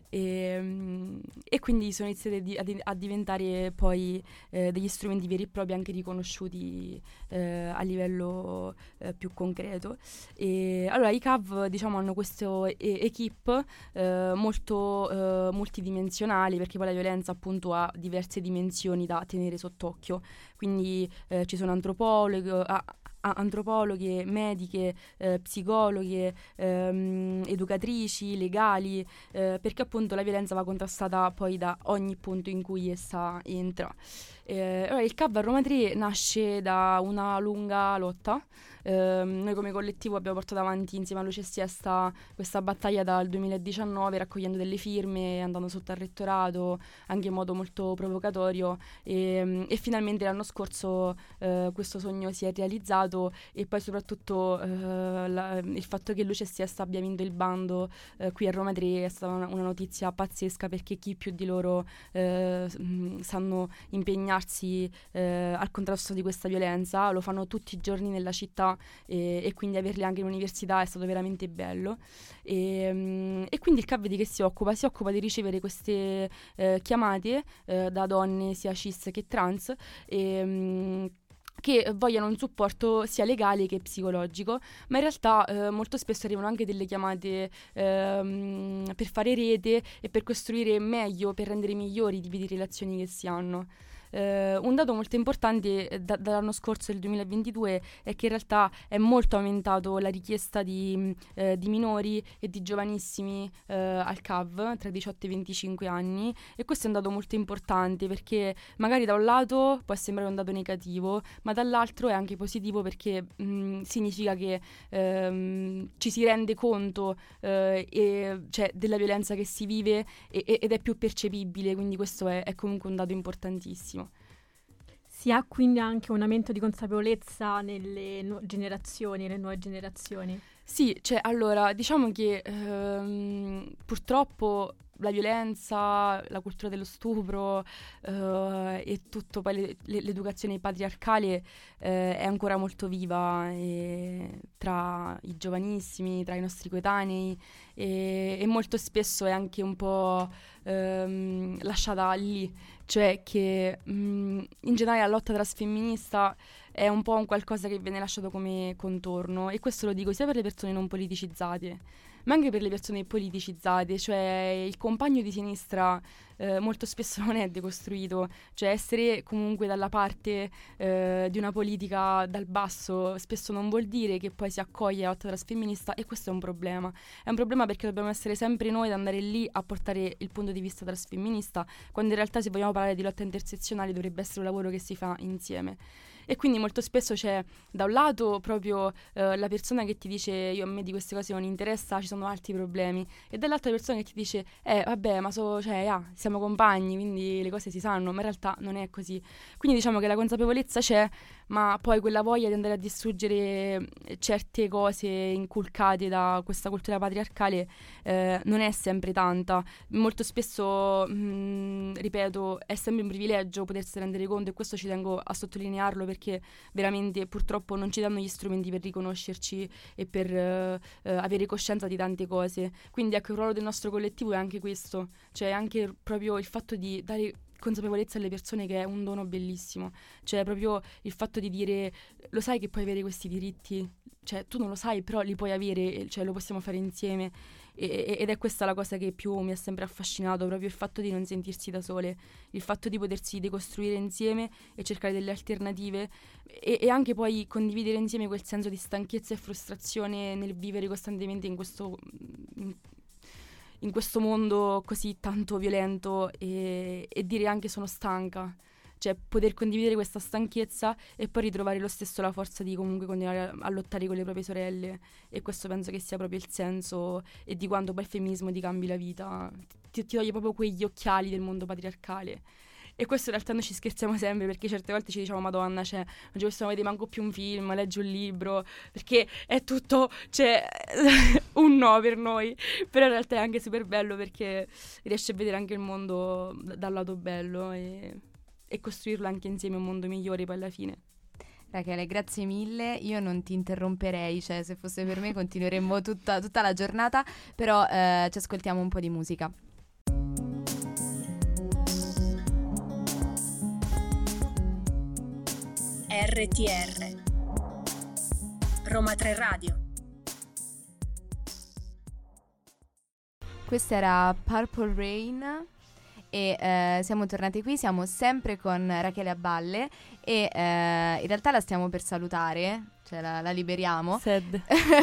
E, e quindi sono iniziate di, a, a diventare poi eh, degli strumenti veri e propri, anche riconosciuti eh, a livello eh, più concreto. E allora i C A V, diciamo, hanno questo e- equipe eh, molto eh, multidimensionali, perché poi la violenza appunto ha diverse dimensioni da tenere sott'occhio. quindi eh, ci sono antropologhi, a, antropologhe, mediche, eh, psicologhe, ehm, educatrici, legali, eh, perché appunto la violenza va contrastata poi da ogni punto in cui essa entra. Eh, allora, il C A V a Roma tre nasce da una lunga lotta. Eh, noi come collettivo abbiamo portato avanti insieme a Luce e Siesta questa battaglia dal duemiladiciannove, raccogliendo delle firme, andando sotto al rettorato anche in modo molto provocatorio, e, e finalmente l'anno scorso eh, questo sogno si è realizzato, e poi soprattutto eh, la, il fatto che Luce e Siesta abbia vinto il bando eh, qui a Roma tre è stata una, una notizia pazzesca, perché chi più di loro eh, mh, sanno impegnarsi eh, al contrasto di questa violenza, lo fanno tutti i giorni nella città, e, e quindi averli anche in università è stato veramente bello. E, um, e quindi il C A V di che si occupa? Si occupa di ricevere queste eh, chiamate eh, da donne sia cis che trans, e, um, che vogliano un supporto sia legale che psicologico, ma in realtà eh, molto spesso arrivano anche delle chiamate ehm, per fare rete e per costruire meglio, per rendere migliori i tipi di relazioni che si hanno. Uh, un dato molto importante eh, da, dall'anno scorso, del duemilaventidue, è che in realtà è molto aumentato la richiesta di, eh, di minori e di giovanissimi eh, al C A V tra i diciotto e i venticinque anni, e questo è un dato molto importante, perché magari da un lato può sembrare un dato negativo, ma dall'altro è anche positivo, perché mh, significa che ehm, ci si rende conto eh, e, cioè, della violenza che si vive, e, ed è più percepibile, quindi questo è, è comunque un dato importantissimo. Si ha quindi anche un aumento di consapevolezza nelle nu- generazioni, nelle nuove generazioni? Sì, cioè allora diciamo che ehm, purtroppo la violenza, la cultura dello stupro eh, e tutto poi le, le, l'educazione patriarcale eh, è ancora molto viva e tra i giovanissimi, tra i nostri coetanei, e, e molto spesso è anche un po' ehm, lasciata lì, cioè che mh, in generale la lotta transfemminista è un po' un qualcosa che viene lasciato come contorno, e questo lo dico sia per le persone non politicizzate, ma anche per le persone politicizzate, cioè il compagno di sinistra eh, molto spesso non è decostruito, cioè essere comunque dalla parte eh, di una politica dal basso spesso non vuol dire che poi si accoglie la lotta transfemminista, e questo è un problema. È un problema perché dobbiamo essere sempre noi ad andare lì a portare il punto di vista transfemminista, quando in realtà, se vogliamo parlare di lotta intersezionale, dovrebbe essere un lavoro che si fa insieme. E quindi molto spesso c'è da un lato proprio eh, la persona che ti dice io a me di queste cose non interessa, ci sono altri problemi, e dall'altra persona che ti dice eh vabbè ma so, cioè, ah, siamo compagni, quindi le cose si sanno, ma in realtà non è così. Quindi diciamo che la consapevolezza c'è, ma poi quella voglia di andare a distruggere certe cose inculcate da questa cultura patriarcale eh, non è sempre tanta. Molto spesso mh, ripeto, è sempre un privilegio potersi rendere conto, e questo ci tengo a sottolinearlo, perché veramente purtroppo non ci danno gli strumenti per riconoscerci e per eh, eh, avere coscienza di tante cose. Quindi ecco, il ruolo del nostro collettivo è anche questo, cioè anche proprio il fatto di dare consapevolezza alle persone, che è un dono bellissimo, cioè proprio il fatto di dire lo sai che puoi avere questi diritti, cioè tu non lo sai però li puoi avere, cioè lo possiamo fare insieme. E, ed è questa la cosa che più mi ha sempre affascinato, proprio il fatto di non sentirsi da sole, il fatto di potersi decostruire insieme e cercare delle alternative, e, e anche poi condividere insieme quel senso di stanchezza e frustrazione nel vivere costantemente in questo in, in questo mondo così tanto violento, e, e dire anche sono stanca, cioè poter condividere questa stanchezza e poi ritrovare lo stesso la forza di comunque continuare a, a lottare con le proprie sorelle. E questo penso che sia proprio il senso e di quanto poi il femminismo ti cambi la vita, ti, ti toglie proprio quegli occhiali del mondo patriarcale. E questo in realtà noi ci scherziamo sempre, perché certe volte ci diciamo madonna, cioè non ci possiamo vedere manco più un film, leggi un libro, perché è tutto, cioè un no per noi, però in realtà è anche super bello, perché riesci a vedere anche il mondo dal lato bello e e costruirlo anche insieme un mondo migliore poi alla fine. Rachele, grazie mille, io non ti interromperei, cioè se fosse per me continueremmo tutta, tutta la giornata, però eh, ci ascoltiamo un po' di musica. R T R Roma tre Radio. Questa era Purple Rain. e eh, siamo tornate qui, siamo sempre con Rachele a Balle e eh, in realtà la stiamo per salutare, cioè la, la liberiamo. Sad.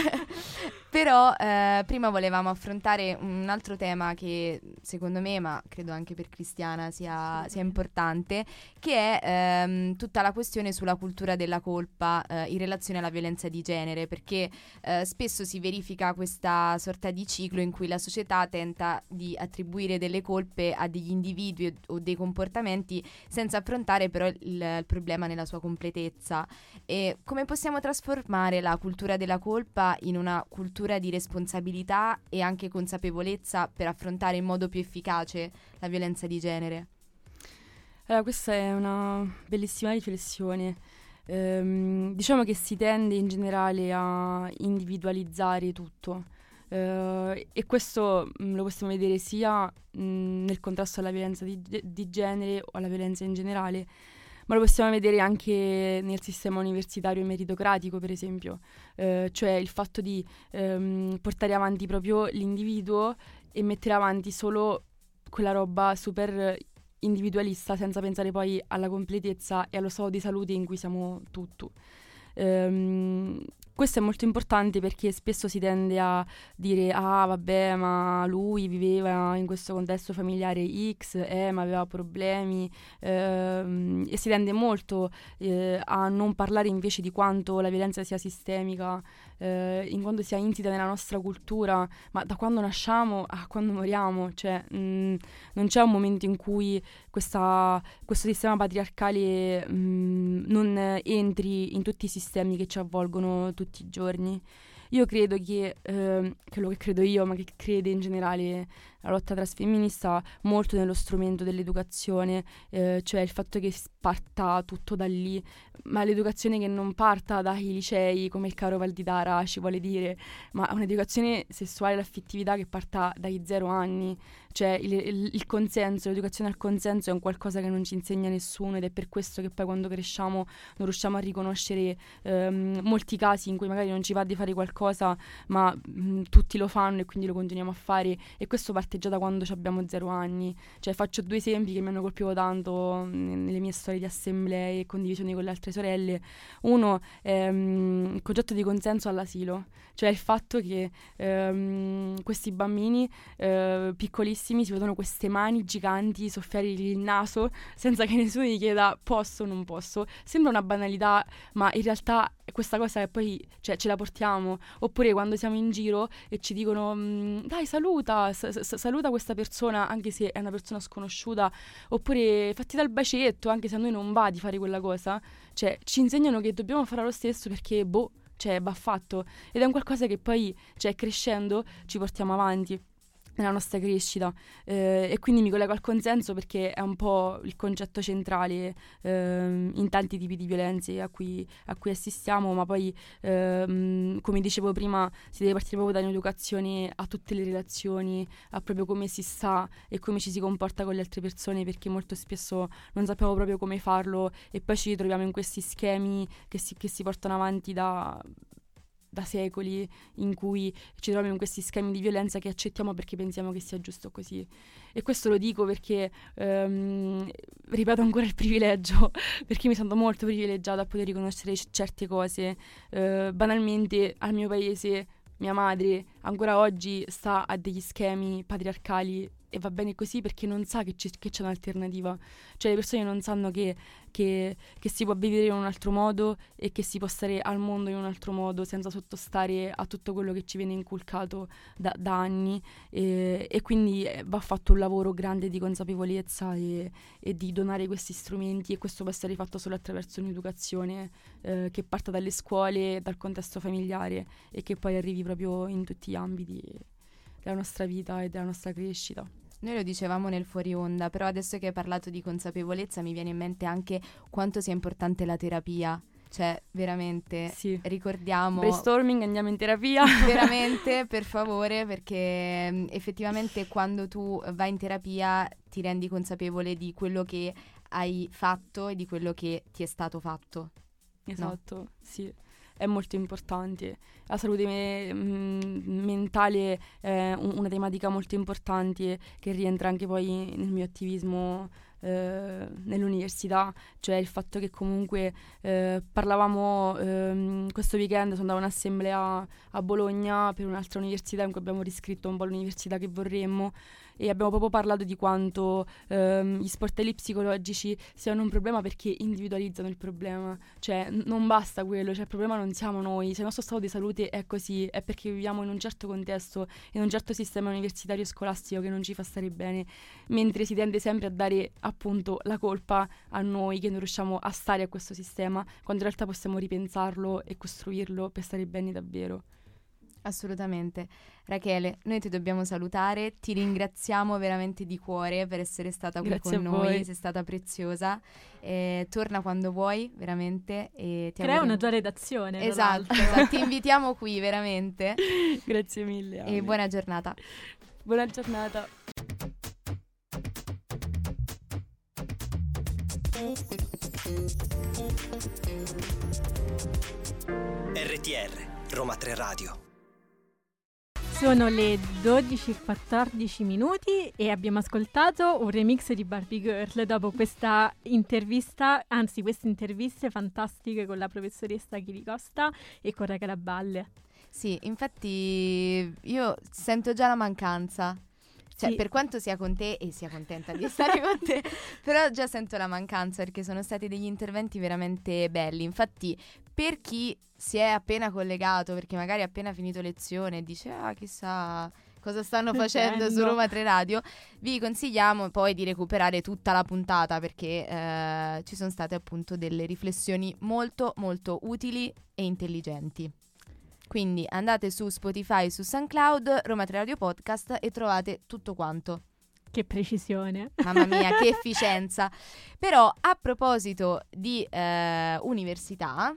Però eh, prima volevamo affrontare un altro tema che secondo me, ma credo anche per Cristiana sia, sia importante, che è ehm, tutta la questione sulla cultura della colpa eh, in relazione alla violenza di genere, perché eh, spesso si verifica questa sorta di ciclo in cui la società tenta di attribuire delle colpe a degli individui o, o dei comportamenti senza affrontare però il, il problema nella sua completezza. E come possiamo trasformare la cultura della colpa in una cultura di responsabilità e anche consapevolezza per affrontare in modo più efficace la violenza di genere? Allora, questa è una bellissima riflessione. Ehm, diciamo che si tende in generale a individualizzare tutto. Uh, e questo mh, lo possiamo vedere sia mh, nel contrasto alla violenza di, di genere o alla violenza in generale, ma lo possiamo vedere anche nel sistema universitario meritocratico, per esempio, uh, cioè il fatto di um, portare avanti proprio l'individuo e mettere avanti solo quella roba super individualista senza pensare poi alla completezza e allo stato di salute in cui siamo tutti. Um, questo è molto importante perché spesso si tende a dire ah vabbè ma lui viveva in questo contesto familiare X, eh ma aveva problemi, ehm, e si tende molto eh, a non parlare invece di quanto la violenza sia sistemica, eh, in quanto sia insita nella nostra cultura, ma da quando nasciamo a quando moriamo, cioè mh, non c'è un momento in cui questa, questo sistema patriarcale mh, non entri in tutti i sistemi che ci avvolgono tutti i giorni. Io credo che, eh, quello che credo io, ma che crede in generale la lotta transfemminista, molto nello strumento dell'educazione, eh, cioè il fatto che parta tutto da lì, ma l'educazione che non parta dai licei, come il caro Valditara ci vuole dire, ma un'educazione sessuale e l'affettività che parta dai zero anni, cioè il, il, il consenso, l'educazione al consenso è un qualcosa che non ci insegna nessuno ed è per questo che poi quando cresciamo non riusciamo a riconoscere ehm, molti casi in cui magari non ci va di fare qualcosa, ma mh, tutti lo fanno e quindi lo continuiamo a fare, e questo parte già da quando abbiamo zero anni. Cioè faccio due esempi che mi hanno colpito tanto nelle mie storie di assemblee e condivisioni con le altre sorelle. Uno è um, il concetto di consenso all'asilo, cioè il fatto che um, questi bambini uh, piccolissimi si vedono queste mani giganti soffiargli il naso senza che nessuno gli chieda posso o non posso. Sembra una banalità, ma in realtà questa cosa che poi cioè, ce la portiamo. Oppure quando siamo in giro e ci dicono dai saluta, s- s- saluta questa persona anche se è una persona sconosciuta, oppure fatti dal bacetto anche se a noi non va di fare quella cosa, cioè ci insegnano che dobbiamo fare lo stesso perché boh, cioè va fatto, ed è un qualcosa che poi cioè crescendo ci portiamo avanti nella nostra crescita, eh, e quindi mi collego al consenso perché è un po' il concetto centrale eh, in tanti tipi di violenze a cui, a cui assistiamo, ma poi ehm, come dicevo prima si deve partire proprio da un'educazione a tutte le relazioni, a proprio come si sta e come ci si comporta con le altre persone, perché molto spesso non sappiamo proprio come farlo e poi ci ritroviamo in questi schemi che si, che si portano avanti da da secoli, in cui ci troviamo in questi schemi di violenza che accettiamo perché pensiamo che sia giusto così. E questo lo dico perché ehm, ripeto ancora il privilegio, perché mi sento molto privilegiata a poter riconoscere c- certe cose. Eh, banalmente al mio paese mia madre ancora oggi sta a degli schemi patriarcali e va bene così perché non sa che, c- che c'è un'alternativa. Cioè le persone non sanno che, che, che si può vivere in un altro modo e che si può stare al mondo in un altro modo senza sottostare a tutto quello che ci viene inculcato da, da anni, e, e quindi eh, va fatto un lavoro grande di consapevolezza e, e di donare questi strumenti, e questo può essere fatto solo attraverso un'educazione eh, che parta dalle scuole, dal contesto familiare e che poi arrivi proprio in tutti gli ambiti della nostra vita e della nostra crescita. Noi lo dicevamo nel fuori onda, però adesso che hai parlato di consapevolezza mi viene in mente anche quanto sia importante la terapia. Cioè, veramente, sì. Ricordiamo... Brainstorming, andiamo in terapia. Veramente, per favore, perché mh, effettivamente quando tu vai in terapia ti rendi consapevole di quello che hai fatto e di quello che ti è stato fatto. Esatto, no? Sì. è molto importante. La salute me- mh, mentale è un- una tematica molto importante che rientra anche poi nel mio attivismo eh, nell'università, cioè il fatto che comunque eh, parlavamo ehm, questo weekend, sono andata a un'assemblea a Bologna per un'altra università in cui abbiamo riscritto un po' l'università che vorremmo, e abbiamo proprio parlato di quanto ehm, gli sportelli psicologici siano un problema perché individualizzano il problema, cioè n- non basta quello, cioè il problema non siamo noi, se il nostro stato di salute è così è perché viviamo in un certo contesto, in un certo sistema universitario scolastico che non ci fa stare bene, mentre si tende sempre a dare appunto la colpa a noi che non riusciamo a stare a questo sistema, quando in realtà possiamo ripensarlo e costruirlo per stare bene davvero. Assolutamente. Rachele, noi ti dobbiamo salutare, ti ringraziamo veramente di cuore per essere stata qui Grazie con a noi, voi. sei stata preziosa. Eh, torna quando vuoi, veramente. E ti Crea auguriamo- una tua redazione. tra Esatto, l'altro. esatto, ti invitiamo qui veramente. Grazie mille. E Ame. buona giornata. Buona giornata. R T R, Roma tre Radio. Sono le dodici e quattordici minuti e abbiamo ascoltato un remix di Barbie Girl dopo questa intervista, anzi queste interviste fantastiche con la professoressa Chiricosta e con Rachele Balle. Sì, infatti io sento già la mancanza. Cioè, Sì. per quanto sia con te e sia contenta di stare con te, però già sento la mancanza perché sono stati degli interventi veramente belli. Infatti, per chi si è appena collegato, perché magari ha appena finito lezione e dice ah, chissà cosa stanno facendo su Stupendo. Roma tre Radio, vi consigliamo poi di recuperare tutta la puntata perché eh, ci sono state appunto delle riflessioni molto molto utili e intelligenti. Quindi andate su Spotify, su SoundCloud, Roma tre Radio Podcast e trovate tutto quanto. Che precisione. Mamma mia, che efficienza. Però a proposito di eh, università,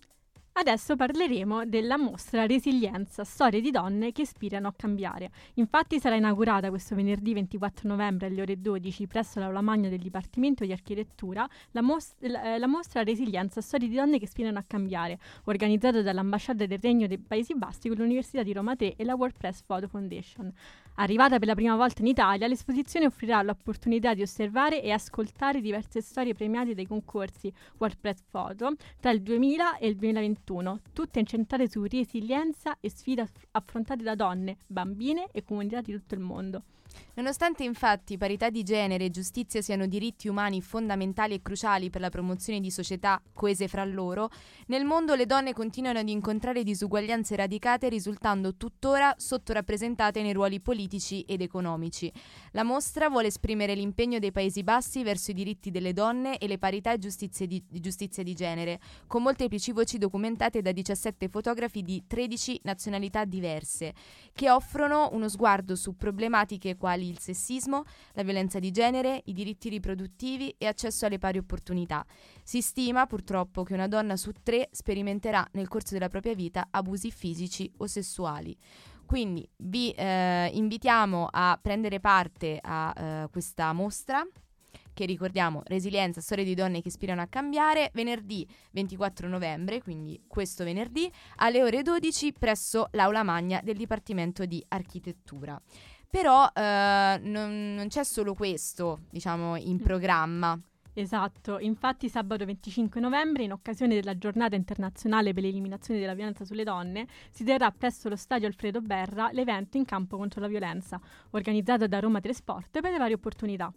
Adesso parleremo della mostra Resilienza, storie di donne che ispirano a cambiare. Infatti sarà inaugurata questo venerdì ventiquattro novembre alle ore dodici presso l'Aula Magna del Dipartimento di Architettura la, mos- la, la mostra Resilienza, storie di donne che ispirano a cambiare, organizzata dall'Ambasciata del Regno dei Paesi Bassi con l'Università di Roma tre e la WordPress Photo Foundation. Arrivata per la prima volta in Italia, l'esposizione offrirà l'opportunità di osservare e ascoltare diverse storie premiate dai concorsi WordPress Photo tra il duemila e il duemilaventuno, tutte incentrate su resilienza e sfide aff- affrontate da donne, bambine e comunità di tutto il mondo. nonostante infatti parità di genere e giustizia siano diritti umani fondamentali e cruciali per la promozione di società coese fra loro, nel mondo le donne continuano ad incontrare disuguaglianze radicate risultando tuttora sottorappresentate nei ruoli politici ed economici. La mostra vuole esprimere l'impegno dei Paesi Bassi verso i diritti delle donne e le parità e giustizie di, di giustizia di genere, con molteplici voci documentate da diciassette fotografi di tredici nazionalità diverse, che offrono uno sguardo su problematiche quali il sessismo, la violenza di genere, i diritti riproduttivi e accesso alle pari opportunità. Si stima purtroppo che una donna su tre sperimenterà nel corso della propria vita abusi fisici o sessuali. Quindi vi eh, invitiamo a prendere parte a eh, questa mostra che ricordiamo Resilienza, storie di donne che ispirano a cambiare, venerdì ventiquattro novembre, quindi questo venerdì alle ore dodici presso l'Aula Magna del Dipartimento di Architettura. Però eh, non, non c'è solo questo, diciamo, in programma. Esatto, infatti sabato venticinque novembre, in occasione della giornata internazionale per l'eliminazione della violenza sulle donne, si terrà presso lo stadio Alfredo Berra l'evento In campo contro la violenza, organizzato da Roma tre Sport per le varie opportunità.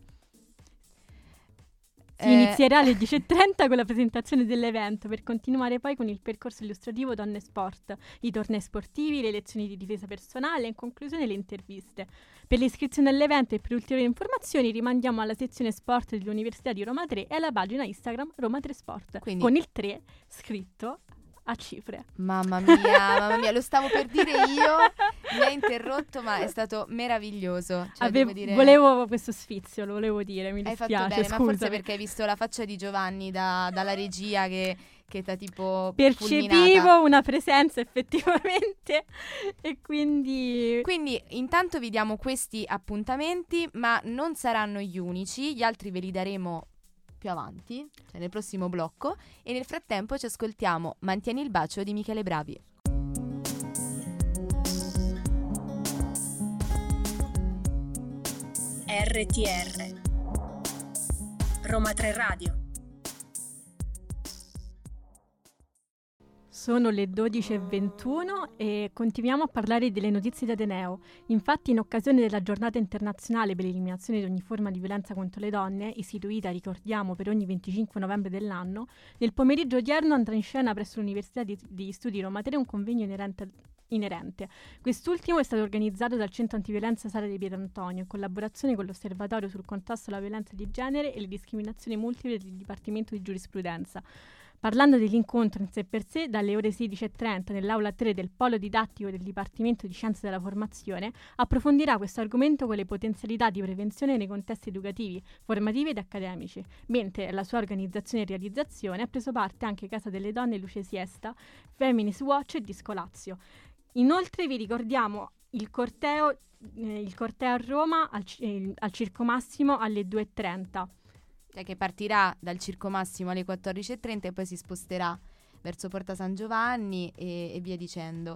Si Eh, inizierà alle dieci e trenta con la presentazione dell'evento per continuare poi con il percorso illustrativo Donne Sport, i tornei sportivi, le lezioni di difesa personale e in conclusione le interviste. Per l'iscrizione all'evento e per ulteriori informazioni rimandiamo alla sezione sport dell'Università di Roma tre e alla pagina Instagram Roma tre Sport, Quindi- con il tre scritto a cifre. Mamma mia, mamma mia, lo stavo per dire io, mi hai interrotto, ma è stato meraviglioso. Cioè, Avevo- devo dire, Volevo questo sfizio, lo volevo dire, mi hai dispiace, fatto bene, ma scusa. forse perché hai visto la faccia di Giovanni da- dalla regia che, che t'ha tipo Percepivo fulminata. una presenza effettivamente e quindi... Quindi intanto vi diamo questi appuntamenti, ma non saranno gli unici, gli altri ve li daremo più avanti, cioè nel prossimo blocco, e nel frattempo ci ascoltiamo Mantieni il bacio di Michele Bravi. R T R Roma tre Radio. Sono le dodici e ventuno e continuiamo a parlare delle notizie di Ateneo. Infatti, in occasione della giornata internazionale per l'eliminazione di ogni forma di violenza contro le donne, istituita, ricordiamo, per ogni venticinque novembre dell'anno, nel pomeriggio odierno andrà in scena presso l'Università di, di Studi Roma tre un convegno inerente, inerente. Quest'ultimo è stato organizzato dal Centro Antiviolenza Sala di Pierantonio in collaborazione con l'Osservatorio sul contrasto alla violenza di genere e le discriminazioni multiple del Dipartimento di Giurisprudenza. Parlando dell'incontro in sé per sé, dalle ore sedici e trenta nell'aula tre del Polo Didattico del Dipartimento di Scienze della Formazione, approfondirà questo argomento con le potenzialità di prevenzione nei contesti educativi, formativi ed accademici, mentre alla sua organizzazione e realizzazione ha preso parte anche Casa delle Donne Luce Siesta, Feminist Watch e Disco Lazio. Inoltre vi ricordiamo il corteo, eh, il corteo a Roma al, eh, al Circo Massimo alle due e trenta. Cioè che partirà dal Circo Massimo alle quattordici e trenta e poi si sposterà verso Porta San Giovanni e, e via dicendo.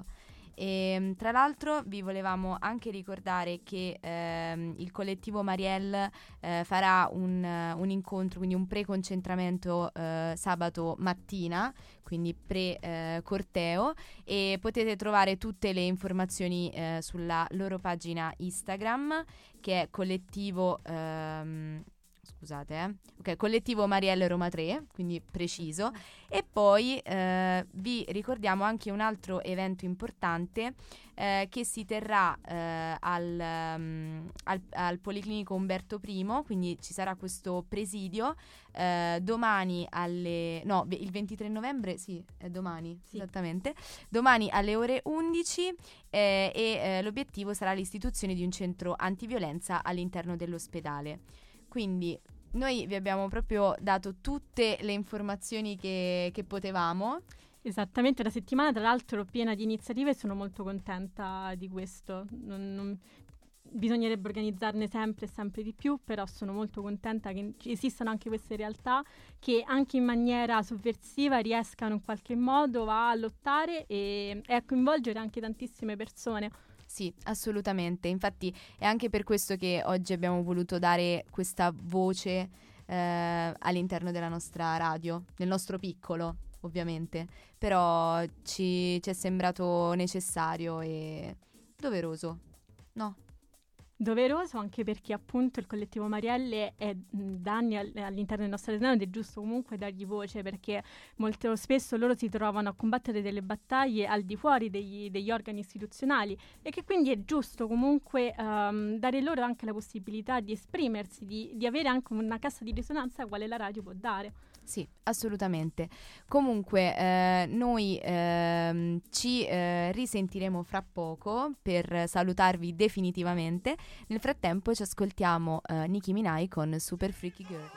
E, tra l'altro vi volevamo anche ricordare che ehm, il collettivo Marielle eh, farà un, un incontro, quindi un pre-concentramento eh, sabato mattina, quindi pre-corteo, eh, e potete trovare tutte le informazioni eh, sulla loro pagina Instagram, che è collettivo... Ehm, Scusate, eh. Ok, collettivo Marielle Roma tre, quindi preciso. E poi eh, vi ricordiamo anche un altro evento importante eh, che si terrà eh, al, um, al, al Policlinico Umberto I, quindi ci sarà questo presidio eh, domani alle... no, il ventitré novembre, sì, è domani, sì. Esattamente, domani alle ore undici eh, e eh, l'obiettivo sarà l'istituzione di un centro antiviolenza all'interno dell'ospedale. Quindi noi vi abbiamo proprio dato tutte le informazioni che, che potevamo. Esattamente, la settimana tra l'altro piena di iniziative e sono molto contenta di questo. Non, non, bisognerebbe organizzarne sempre e sempre di più, però sono molto contenta che esistano anche queste realtà che anche in maniera sovversiva riescano in qualche modo a lottare e, e a coinvolgere anche tantissime persone. Sì, assolutamente. Infatti è anche per questo che oggi abbiamo voluto dare questa voce eh, all'interno della nostra radio, nel nostro piccolo, ovviamente. Però ci, ci è sembrato necessario e doveroso, no? Doveroso anche perché appunto il collettivo Marielle è mh, da anni all- all'interno del nostro Ateneo ed è giusto comunque dargli voce, perché molto spesso loro si trovano a combattere delle battaglie al di fuori degli, degli organi istituzionali e che quindi è giusto comunque um, dare loro anche la possibilità di esprimersi, di, di avere anche una cassa di risonanza quale la radio può dare. Sì, assolutamente. Comunque eh, noi ehm, ci eh, risentiremo fra poco per salutarvi definitivamente. Nel frattempo ci ascoltiamo eh, Nicki Minaj con Super Freaky Girl.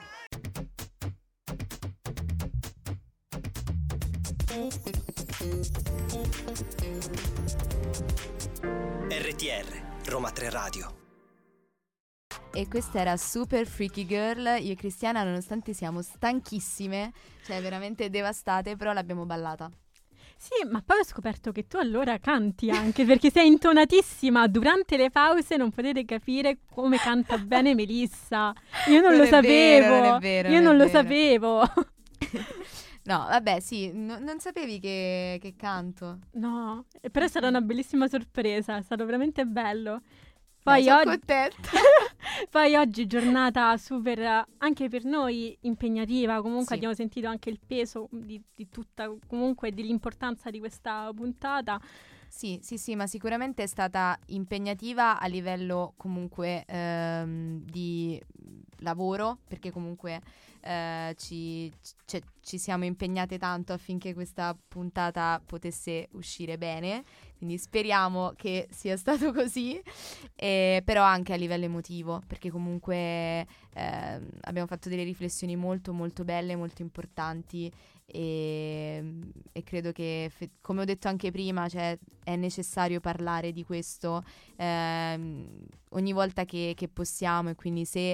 R T R Roma tre Radio. E questa era Super Freaky Girl. Io e Cristiana, nonostante siamo stanchissime, cioè veramente devastate, però l'abbiamo ballata. Sì, ma poi ho scoperto che tu allora canti anche, perché sei intonatissima. Durante le pause non potete capire come canta bene Melissa. Io non, non lo sapevo. Vero, non è vero, Io non, non lo vero. sapevo. No, vabbè, sì, no, non sapevi che, che canto. No, però è stata una bellissima sorpresa, è stato veramente bello. Poi, Beh, sono oggi... contenta. Poi oggi giornata super, anche per noi, impegnativa. Comunque Sì. abbiamo sentito anche il peso di, di tutta, comunque dell'importanza di questa puntata. Sì, sì, sì, ma sicuramente è stata impegnativa a livello comunque ehm, di lavoro, perché comunque eh, ci, c- ci siamo impegnate tanto affinché questa puntata potesse uscire bene, quindi speriamo che sia stato così, eh, però anche a livello emotivo, perché comunque eh, abbiamo fatto delle riflessioni molto molto belle, molto importanti. E, e credo che, fe- come ho detto anche prima, cioè, è necessario parlare di questo ehm, ogni volta che, che possiamo, e quindi se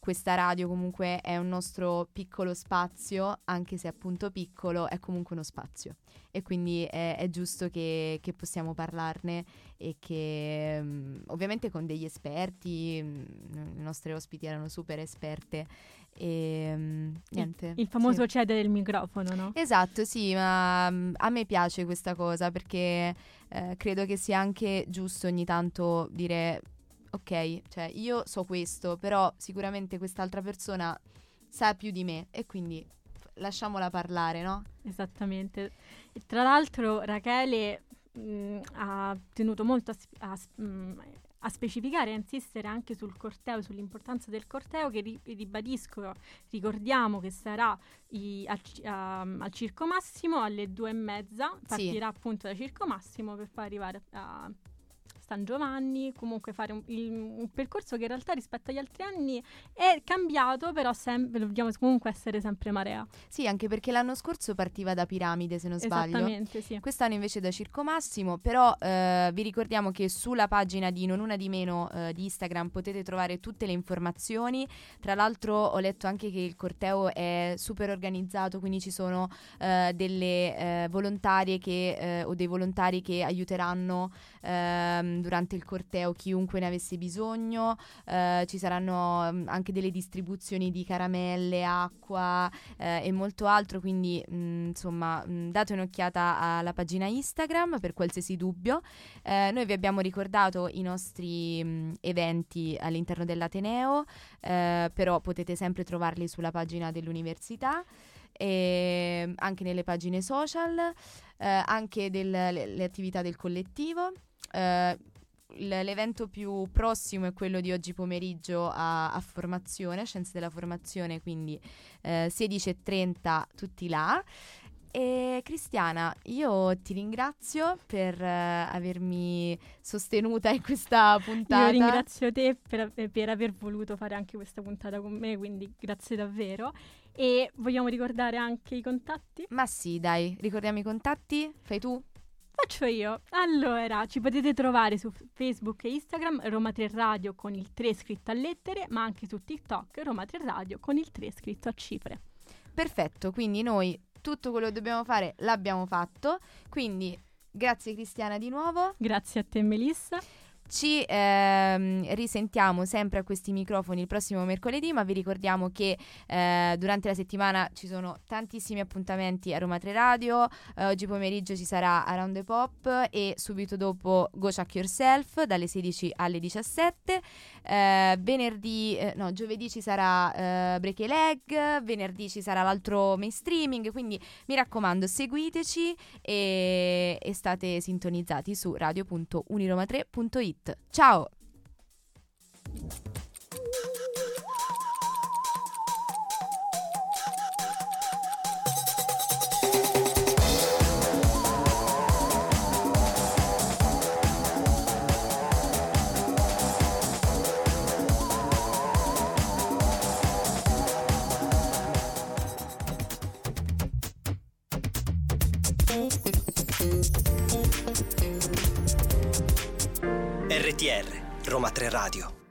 questa radio comunque è un nostro piccolo spazio, anche se appunto piccolo, è comunque uno spazio. E quindi è, è giusto che, che possiamo parlarne e che um, ovviamente con degli esperti, um, i nostri ospiti erano super esperte e um, niente. Il, il famoso sì. cedere il microfono, no? Esatto, sì, ma um, a me piace questa cosa perché eh, credo che sia anche giusto ogni tanto dire ok, cioè io so questo, però sicuramente quest'altra persona sa più di me e quindi lasciamola parlare, no? Esattamente. E tra l'altro Rachele mh, ha tenuto molto a, sp- a, mh, a specificare e a insistere anche sul corteo, sull'importanza del corteo, che ri- ribadisco, ricordiamo che sarà i, al, a, al Circo Massimo alle due e mezza, partirà sì. appunto da Circo Massimo per poi arrivare a San Giovanni, comunque fare un, il, un percorso che in realtà rispetto agli altri anni è cambiato, però sempre dobbiamo comunque essere sempre Marea. Sì, anche perché l'anno scorso partiva da Piramide, se non sbaglio. Esattamente, sì. Quest'anno invece da Circo Massimo, però eh, vi ricordiamo che sulla pagina di Non Una Di Meno eh, di Instagram potete trovare tutte le informazioni. Tra l'altro ho letto anche che il corteo è super organizzato, quindi ci sono eh, delle eh, volontarie che, eh, o dei volontari che aiuteranno ehm, durante il corteo chiunque ne avesse bisogno. Eh, ci saranno mh, anche delle distribuzioni di caramelle, acqua eh, e molto altro, quindi mh, insomma mh, date un'occhiata alla pagina Instagram per qualsiasi dubbio. Eh, noi vi abbiamo ricordato i nostri mh, eventi all'interno dell'Ateneo, eh, però potete sempre trovarli sulla pagina dell'università e anche nelle pagine social, eh, anche delle le attività del collettivo. Eh, L'evento più prossimo è quello di oggi pomeriggio a, a formazione, Scienze della Formazione, quindi eh, sedici e trenta tutti là. E Cristiana, io ti ringrazio per uh, avermi sostenuta in questa puntata. Io ringrazio te per, per aver voluto fare anche questa puntata con me, quindi grazie davvero. E vogliamo ricordare anche i contatti? Ma sì, dai, ricordiamo i contatti? Fai tu? Faccio io. Allora, ci potete trovare su Facebook e Instagram Roma tre Radio con il tre scritto a lettere, ma anche su TikTok Roma tre Radio con il tre scritto a cifre. Perfetto, quindi noi tutto quello che dobbiamo fare l'abbiamo fatto, quindi grazie Cristiana di nuovo. Grazie a te Melissa. Ci ehm, risentiamo sempre a questi microfoni il prossimo mercoledì, ma vi ricordiamo che eh, durante la settimana ci sono tantissimi appuntamenti a Roma tre Radio. Eh, oggi pomeriggio ci sarà Around the Pop e subito dopo Go Chuck Yourself dalle sedici alle diciassette. Eh, venerdì, eh, no, giovedì ci sarà eh, Break a Leg, venerdì ci sarà l'altro mainstreaming, quindi mi raccomando seguiteci e, e state sintonizzati su radio punto uniroma tre punto it. Ciao! R T R Roma tre Radio.